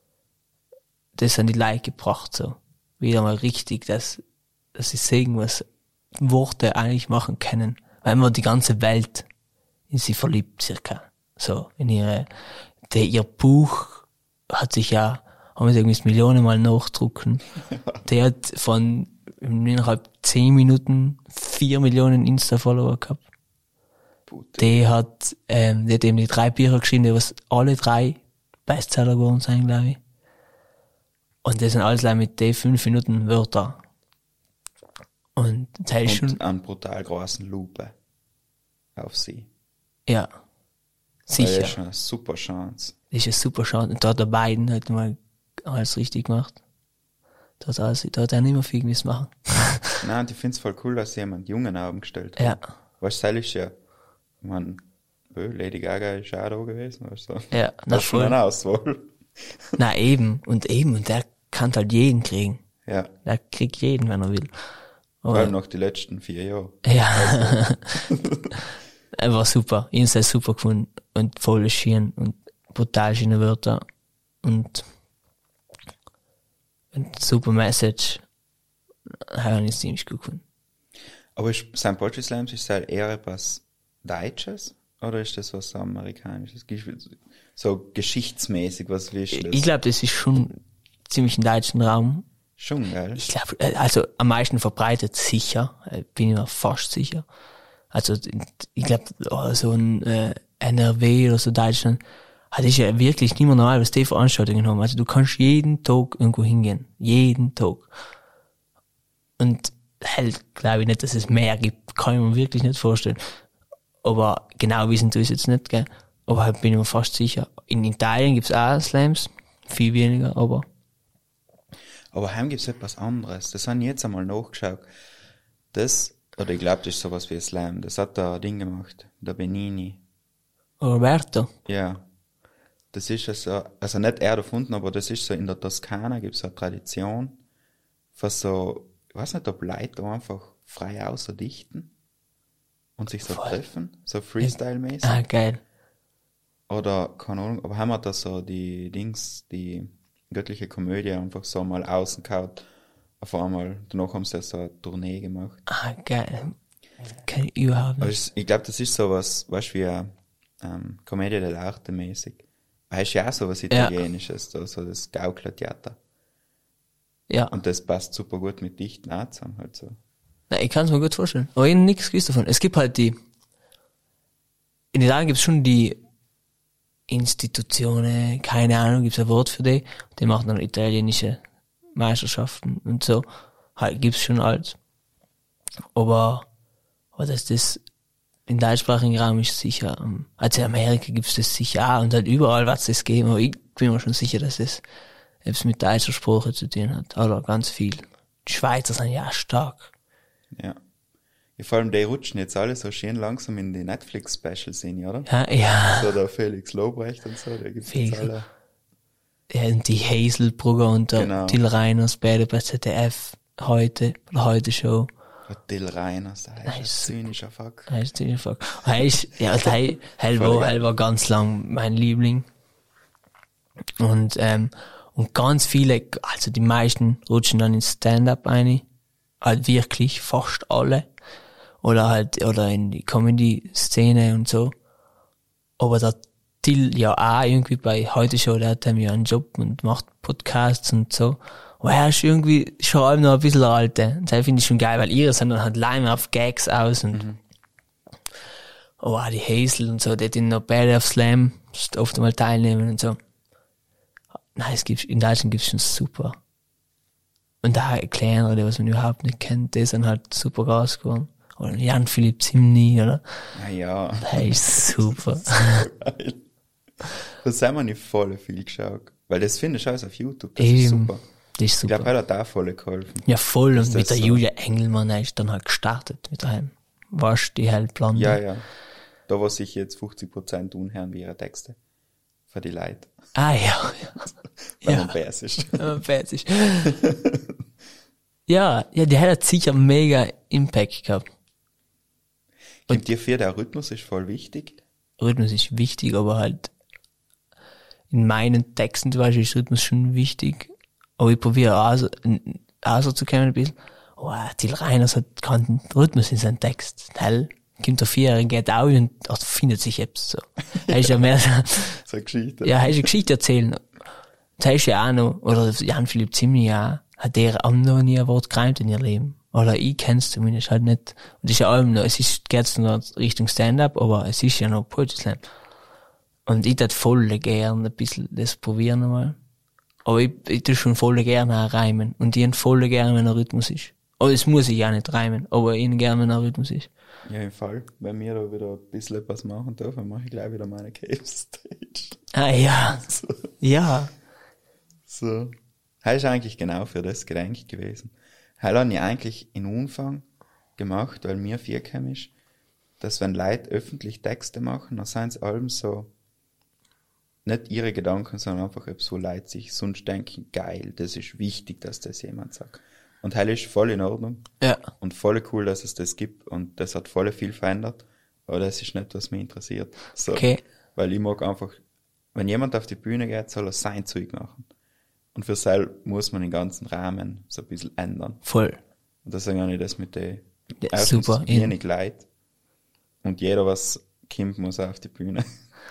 das an die Leute gebracht, so. Wieder mal richtig, dass, dass sie sehen, was Worte eigentlich machen können. Weil man die ganze Welt in sie verliebt, circa. So, in ihre, der, ihr Buch hat sich ja, haben wir irgendwie Millionen mal nachdrucken. Der hat von innerhalb zehn Minuten vier Millionen Insta-Follower gehabt. Putin. Der hat, ähm, der hat eben die drei Bücher geschrieben, die was alle drei Bestseller geworden sind, glaube ich. Und das sind alles like mit den fünf Minuten Wörter. Und das ist schon, Und einen brutal großen Lupe auf sie. ja. Das Sicher. ist schon eine super Chance. Das ist eine super Chance. Und da hat der Biden halt mal alles richtig gemacht. Da hat, alles, da hat er nicht mehr viel müssen machen. Nein, ich find's voll cool, dass jemand Jungen Augen gestellt hat. Ja. Weißt du, das ist ja, ich mein, Lady Gaga ist auch da gewesen, weißt du. Ja, na Das ist schon voll. eine Auswahl. Na eben, und eben, und der kann halt jeden kriegen. Ja, Der kriegt jeden, wenn er will. vor Aber, allem noch die letzten vier Jahre. ja. Er war super. Ich hab's super gefunden. Und voll schön und brutal schöne Wörter. Und, und super Message. Habe ich ziemlich gut gefunden. Aber ist Saint Poetry Slams, ist das halt eher etwas Deutsches? Oder ist das was Amerikanisches? So geschichtsmäßig, was wie ist das? Ich glaube, das ist schon ziemlich im deutschen Raum. Schon, geil. Ich glaube, also am meisten verbreitet sicher, äh, bin ich mir fast sicher. Also ich glaube, oh, so ein äh, N R W oder so Deutschland hat ist ja wirklich nicht mehr normal, was die Veranstaltungen haben. Also du kannst jeden Tag irgendwo hingehen. Jeden Tag. Und halt glaube ich nicht, dass es mehr gibt. Kann ich mir wirklich nicht vorstellen. Aber genau wissen tue ich es jetzt nicht, gell. Aber halt bin ich mir fast sicher. In Italien gibt's auch Slams. Viel weniger, aber Aber heim gibt's etwas anderes. Das habe ich jetzt einmal nachgeschaut. Das Oder ich glaube, das ist sowas wie Slam. Das hat da ein Ding gemacht. Der Benini. Roberto. Ja. Das ist also, also nicht er erfunden, aber das ist so, in der Toskana gibt es eine Tradition für so, ich weiß nicht, ob Leute da einfach frei außerdichten und sich so Voll. treffen, so Freestyle-mäßig. Ah, geil. Oder, keine Ahnung, aber haben wir da so die Dings, die göttliche Komödie einfach so mal außen gehauen. Auf einmal, danach haben sie ja so eine Tournee gemacht. Ah, geil. Kann ich überhaupt Aber nicht. ich, ich glaube, das ist sowas, weißt du, wie eine ähm, Commedia dell'arte mäßig. Das ist ja auch sowas Italienisches, da, so das Gauklertheater. Ja. Und das passt super gut mit Dichten auch zusammen, halt so. Na, ich kann es mir gut vorstellen. Aber ich hab nichts gewusst davon. Es gibt halt die, in Italien gibt es schon die Institutionen, keine Ahnung, gibt es ein Wort für die, die machen dann italienische Meisterschaften und so. Halt gibt's schon alles. Aber, aber dass das im deutschsprachigen Raum ist sicher, um, also in Amerika gibt's das sicher auch und halt überall wird's das geben, aber ich bin mir schon sicher, dass das etwas mit deutscher Sprache zu tun hat. Oder ganz viel. Die Schweizer sind ja auch stark. Ja. Ja, vor allem die rutschen jetzt alle so schön langsam in die Netflix-Specials hin, oder? Ja, ja. So der Felix Lobrecht und so, der gibt's Felix. jetzt alle. Ja, und die Hazelbrugger und der Genau. Till Reiners, beide bei Z D F heute, oder heute Show. Der Till Reiners, der Nein, ist so ein zynischer Fuck. Er ist ziemlich fuck. Er ist, ja, der, er Voll war, geil. er war ganz lang mein Liebling. Und, ähm, und ganz viele, also die meisten rutschen dann ins Stand-up ein. Halt wirklich, fast alle. Oder halt, oder in die Comedy-Szene und so. Aber der Till ja auch irgendwie bei heute Show, der hat ja einen Job und macht Podcasts und so. Aber er ist irgendwie schon allem noch ein bisschen alte. Und das finde ich schon geil, weil ihre sind dann halt Lime auf Gags aus und, Mhm. oh, auch die Hazel und so, die den noch beide auf Slam oft mal teilnehmen und so. Nein, es gibt, in Deutschland gibt's schon super. Und da kleinere, die was man überhaupt nicht kennt, die sind halt super groß geworden. Oder Jan-Philipp Zimny, oder? Naja. Der ist super. Geil. Das haben wir nicht voll viel geschaut. Weil das finde ich alles auf YouTube, das ist Eben. super. Das ist Ich glaube, super. er hat auch voll geholfen. Ja, voll. Und Ist mit das der so? Julia Engelmann, er ist dann halt gestartet mit einem. Warst die hellblonde. Ja, ja. Da war sich jetzt fünfzig Prozent unherren wie ihre Texte. Für die Leute. Ah, ja, Wenn Ja. man bärs ist. ja. Fertig. ja, ja, die hat sicher mega Impact gehabt. Und dir für der Rhythmus ist voll wichtig. Rhythmus ist wichtig, aber halt in meinen Texten zum Beispiel ist Rhythmus schon wichtig. Aber ich probiere auch so, auch so zu kommen ein bisschen. Oh, Till Reiners hat keinen Rhythmus in seinem Text. Hell, kommt der Vierjährige, geht auch und ach, findet sich etwas so. Er ist ja mehr so, So eine Geschichte. ja, er ist eine Geschichte erzählen. Das ist ja auch noch, oder Jan-Philipp Zimny auch, hat der auch noch nie ein Wort gereimt in ihr Leben. Oder ich kenn's zumindest halt nicht. Und das ist ja allem noch, es ist, geht's noch Richtung Stand-up, aber es ist ja noch Poetry Slam. Und ich tat voll gern ein bisschen das probieren einmal. Aber ich, ich tu schon voll gerne auch reimen. Und ich voll gerne, wenn ein Rhythmus ist. Aber es muss ich ja nicht reimen, aber ich gerne, wenn ein Rhythmus ist. Ja, im Fall. Wenn wir da wieder ein bisschen etwas machen dürfen, mache ich gleich wieder meine Cave Stage. Ah, ja. So. Ja. So. Das ist eigentlich genau für das Gedenk gewesen. Das habe ich eigentlich in Umfang gemacht, weil mir vier ist, dass wenn Leute öffentlich Texte machen, dann sind es allem so, nicht ihre Gedanken, sondern einfach, ob so Leute sich sonst denken, geil, das ist wichtig, dass das jemand sagt. Und das ist voll in Ordnung. Ja. Und voll cool, dass es das gibt. Und das hat voll viel verändert. Aber das ist nicht, was mich interessiert. So. Okay. Weil ich mag einfach, wenn jemand auf die Bühne geht, soll er sein Zeug machen. Und für selbst muss man den ganzen Rahmen so ein bisschen ändern. Voll. Und deswegen habe ich das mit den Ja, erstens super. wenig Leid. Und jeder, was kommt, muss auf die Bühne.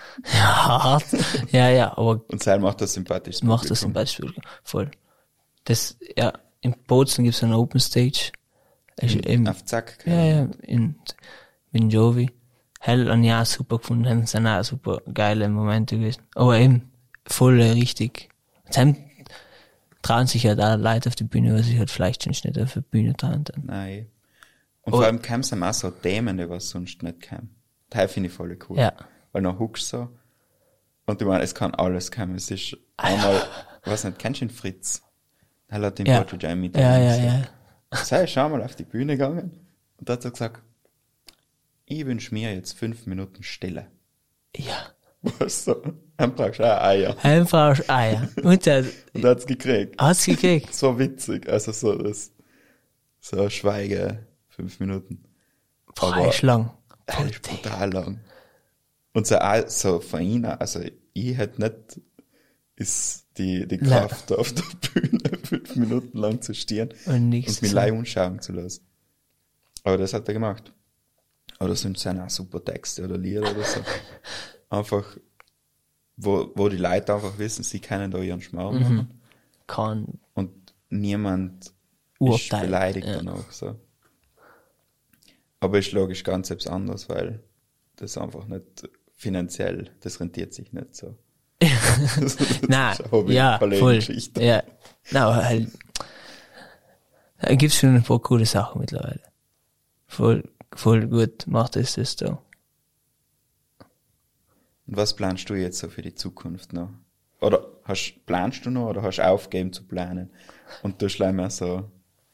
Ja, hart. Ja, ja, aber Und selbst macht das sympathisch. macht das zum Beispiel voll. Das, ja, in Bozen gibt's eine Open Stage. Also eben, Auf Zack. ja, ja, in, mit Jovi. Hell und ja, super gefunden, haben sind auch super geile Momente gewesen. Aber eben, voll äh, richtig. Jetzt haben, trauen sich halt auch Leute auf die Bühne, weil sie halt vielleicht schon nicht auf der Bühne trauen. Dann. Nein. Und Oh. vor allem kämen es auch so Themen, die was sonst nicht kämen. Das finde ich voll cool. Ja. Weil dann huckst du so. Und ich meine, es kann alles kommen. Es ist einmal, ich weiß nicht, kennst du den Fritz? Er hat den Ja. Poetry Jam mit Ja, ja, ja. Sei schon mal auf die Bühne gegangen Und da hat er gesagt, ich wünsche mir jetzt fünf Minuten Stille. Ja. Was so? Dann brauchst du auch Eier. Einfach Eier. Und der Und er hat's gekriegt. hat's gekriegt. So witzig. Also so das, so Schweige, fünf Minuten. Boah, Aber- ist lang. Das ist brutal lang. Und so, auch so von ihnen, also ich hätte nicht ist die, die Nein. Kraft auf der Bühne fünf Minuten lang zu stehen Und nichts und mich zu live anschauen zu lassen. Aber das hat er gemacht. Oder sind es auch super Texte oder Lieder oder so. Einfach, wo, wo die Leute einfach wissen, sie können da ihren Schmarrn machen. Mhm. Kann Und niemand ist urteilen. beleidigt Ja. danach. So. Aber ist logisch ganz etwas anderes, weil das einfach nicht finanziell, das rentiert sich nicht so. Nein, Das ist eine Hobby- ja, voll. Balletgeschichte. Ja. Nein, aber halt, da gibt's schon ein paar coole Sachen mittlerweile. Voll, voll gut macht es das da. Und was planst du jetzt so für die Zukunft noch? Oder hast, planst du noch oder hast du aufgegeben zu planen? Und du schleim mehr so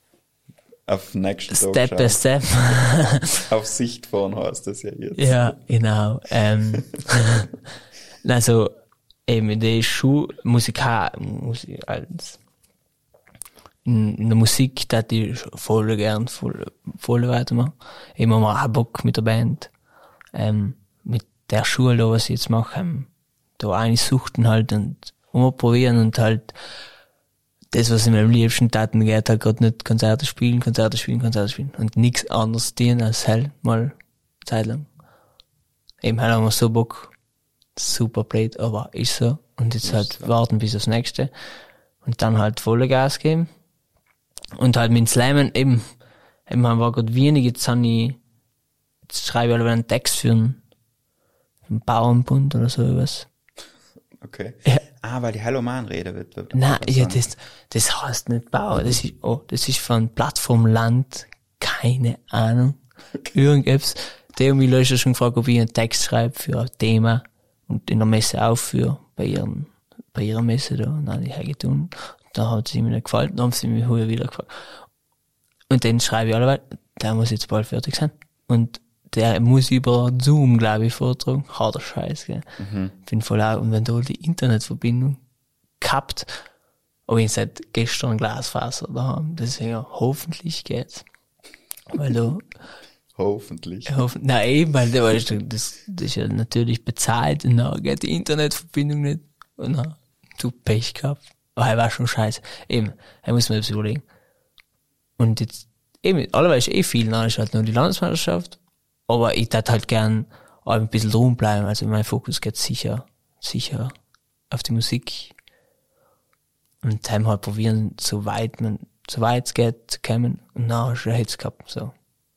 auf den nächsten Step Tag by schauen. step. Auf Sicht fahren heißt das ja jetzt. Ja, genau. Ähm, also, eben in der Schule, Musikal, Musik, als, in, in der Musik, da ich voll gern, voll, voll weitermachen. Eben haben wir auch Bock mit der Band, ähm, mit der Schule, da, was ich jetzt mache, ähm, da eigentlich suchten halt und umprobieren und halt, das, was ich mir am liebsten taten, geht halt gerade nicht Konzerte spielen, Konzerte spielen, Konzerte spielen und nichts anderes dienen als hell mal Zeit lang. Eben halt haben wir so Bock, super blöd, aber ist so. Und jetzt halt warten bis aufs nächste und dann halt volle Gas geben. Und halt mit dem Slammen eben, eben haben wir gerade wenig, jetzt habe ich, jetzt schreibe ich alle einen Text für einen, für einen Bauernbund oder so was. Okay. Ja. Ah, weil die Halloman-Rede wird. wird Nein, was ja, sagen. das, das heißt nicht Bauer, das ist, oh, das ist von Plattform Land, keine Ahnung. Irgendetwas. Der hat mich letztens schon gefragt, ob ich einen Text schreibe für ein Thema und in der Messe aufführe, bei ihren, bei ihrer Messe da, und dann habe ich hergetan. Und da hat sie mir nicht gefallen, dann haben sie mich heuer wieder gefragt. Und den schreibe ich alle, der muss jetzt bald fertig sein. Und der muss über Zoom, glaube ich, vortragen. Harter Scheiß, gell. Mhm. Bin voll auch, und wenn du die Internetverbindung gehabt, aber ich seit gestern Glasfaser da haben, deswegen hoffentlich geht's. Weil du, Hoffentlich. hoffen, nein, eben, weil du weißt, das, das ist ja natürlich bezahlt, und dann geht die Internetverbindung nicht, und dann, du Pech gehabt. Aber er war schon scheiße. Eben, er muss mir das überlegen. Und jetzt, eben, allerweise eh viel, dann ist halt nur die Landesmeisterschaft, aber ich tat halt gern auch ein bisschen drum bleiben, also mein Fokus geht sicher, sicher auf die Musik. Und dann halt probieren, so weit man, so weit es geht, zu kommen, und dann hast du einen Hits gehabt, so.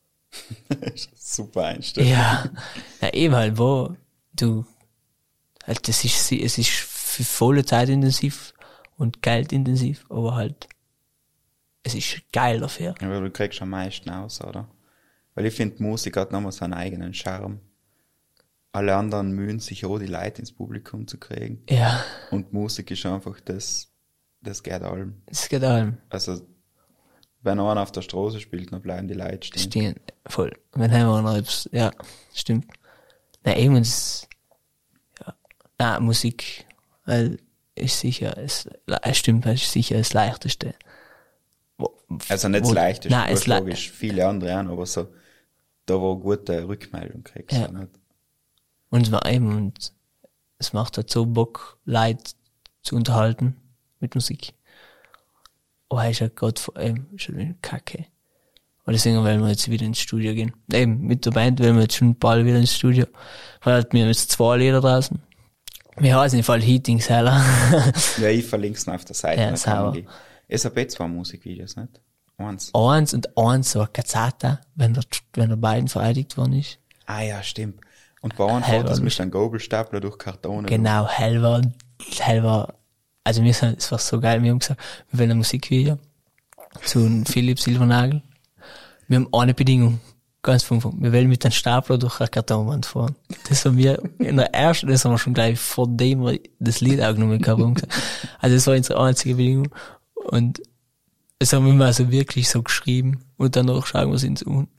Super Einstellung. Ja, na eben halt, wo du, halt, das ist, es ist für volle Zeit intensiv und geldintensiv, aber halt, es ist geil dafür. Aber du kriegst am meisten aus, oder? Weil ich finde, Musik hat nochmal seinen eigenen Charme. Alle anderen mühen sich auch, die Leute ins Publikum zu kriegen. Ja, Und Musik ist einfach das, das geht allem. es geht allem. Also, wenn einer auf der Straße spielt, dann bleiben die Leute stehen. Stehen, voll. Wenn haben wir noch etwas, ja, stimmt. Na eben, es, ja, na, Musik, weil, ist sicher, es, es stimmt, es ist sicher das Leichteste. Wo, Also nicht wo- das Leichteste, nein, du es hast le- logisch viele andere an, aber so, da wo du gute Rückmeldung kriegst. Ja. Nicht? Und es war eben, und es macht halt so Bock, Leute zu unterhalten mit Musik. Aber er ist halt gerade vor allem schon eine Kacke. Und deswegen wollen wir jetzt wieder ins Studio gehen. Eben, mit der Band wollen wir jetzt schon bald wieder ins Studio. Weil halt, wir haben jetzt zwei Lieder draußen. Wir heißen im Fall Heating Seller. Ja, ich verlinke es noch auf der Seite. Ja, dann kann sauber. man die- Es hat eh zwei Musikvideos, nicht? Eins. eins und eins war Kazzata, wenn der, wenn der beiden vereidigt worden ist. Ah ja, stimmt. Und Bauernfotos Hellwald. mit einem Gabelstapler durch Karton. Genau, hell war, hell war, also wir sind, es war so geil, wir haben gesagt, wir wollen ein Musikvideo zu einem Philipp Silvernagel. Wir haben eine Bedingung, ganz von Anfang. Wir wollen mit einem Stapler durch eine Kartonwand fahren. Das haben wir in der ersten, das haben wir schon gleich, vor dem wir das Lied aufgenommen gehabt haben gesagt. Also das war unsere einzige Bedingung. Und das haben wir mal so wirklich so geschrieben und danach schauen wir es uns an.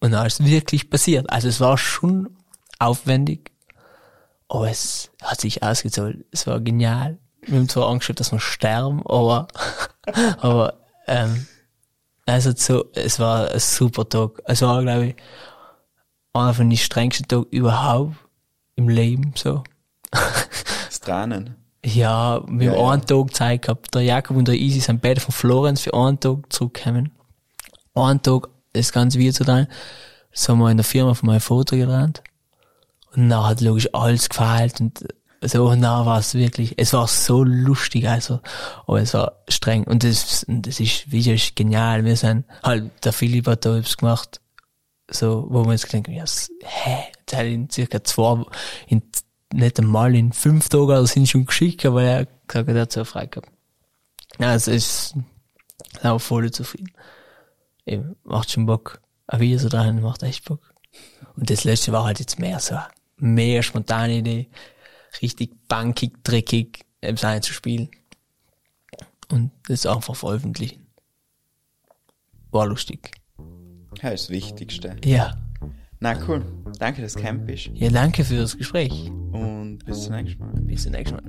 Und dann ist es wirklich passiert. Also es war schon aufwendig, aber es hat sich ausgezahlt. Es war genial. Wir haben zwar Angst gehabt, dass wir sterben, aber, aber, ähm, also so, es war ein super Tag. Es war, glaube ich, einer von den strengsten Tagen überhaupt im Leben, so. Das Tränen. Ja, wir Ja, haben ja. einen Tag Zeit gehabt. Der Jakob und der Easy sind beide von Florenz für einen Tag zurückgekommen. Einen Tag, das Ganze wieder zu drehen. Das haben wir in der Firma von meinem Vater gedreht. Und dann hat logisch alles gefeilt und so, und dann war es wirklich, es war so lustig, also, aber es war streng. Und das, und das ist, Video ist genial. Wir sind, halt, der Philipp hat da etwas gemacht, so, wo wir jetzt gedacht haben, ja, s- hä, das hat in circa zwei, in, nicht einmal in fünf Tagen, oder sind schon geschickt, aber er hat gesagt, er hat so frei gehabt. Ja, also, es ist, auch voll zufrieden. Eben, macht schon Bock. Ein Video so dran, macht echt Bock. Und das letzte war halt jetzt mehr so, eine mega spontane Idee. Richtig bankig, dreckig, im Sein zu spielen. Und das einfach veröffentlichen. War lustig. Das ist das Wichtigste. Ja. Na cool. Danke, dass du Camp bist. Ja, danke für das Gespräch. Und bis zum nächsten Mal. Bis zum nächsten Mal.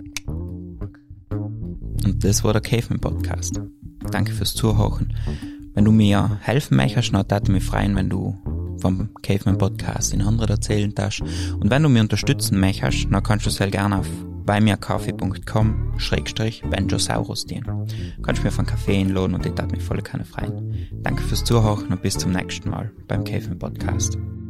Und das war der Caveman Podcast. Danke fürs Zuhören. Wenn du mir helfen möchtest, dann würde ich mich freuen, wenn du vom Caveman Podcast in anderen erzählen darfst. Und wenn du mir unterstützen möchtest, dann kannst du sehr gerne auf beimirkaffee punkt com schrägstrich benjosaurus dienen. Kannst mir auf einen Kaffee einladen und ich würde mich voll gerne freuen. Danke fürs Zuhören und bis zum nächsten Mal beim Caveman Podcast.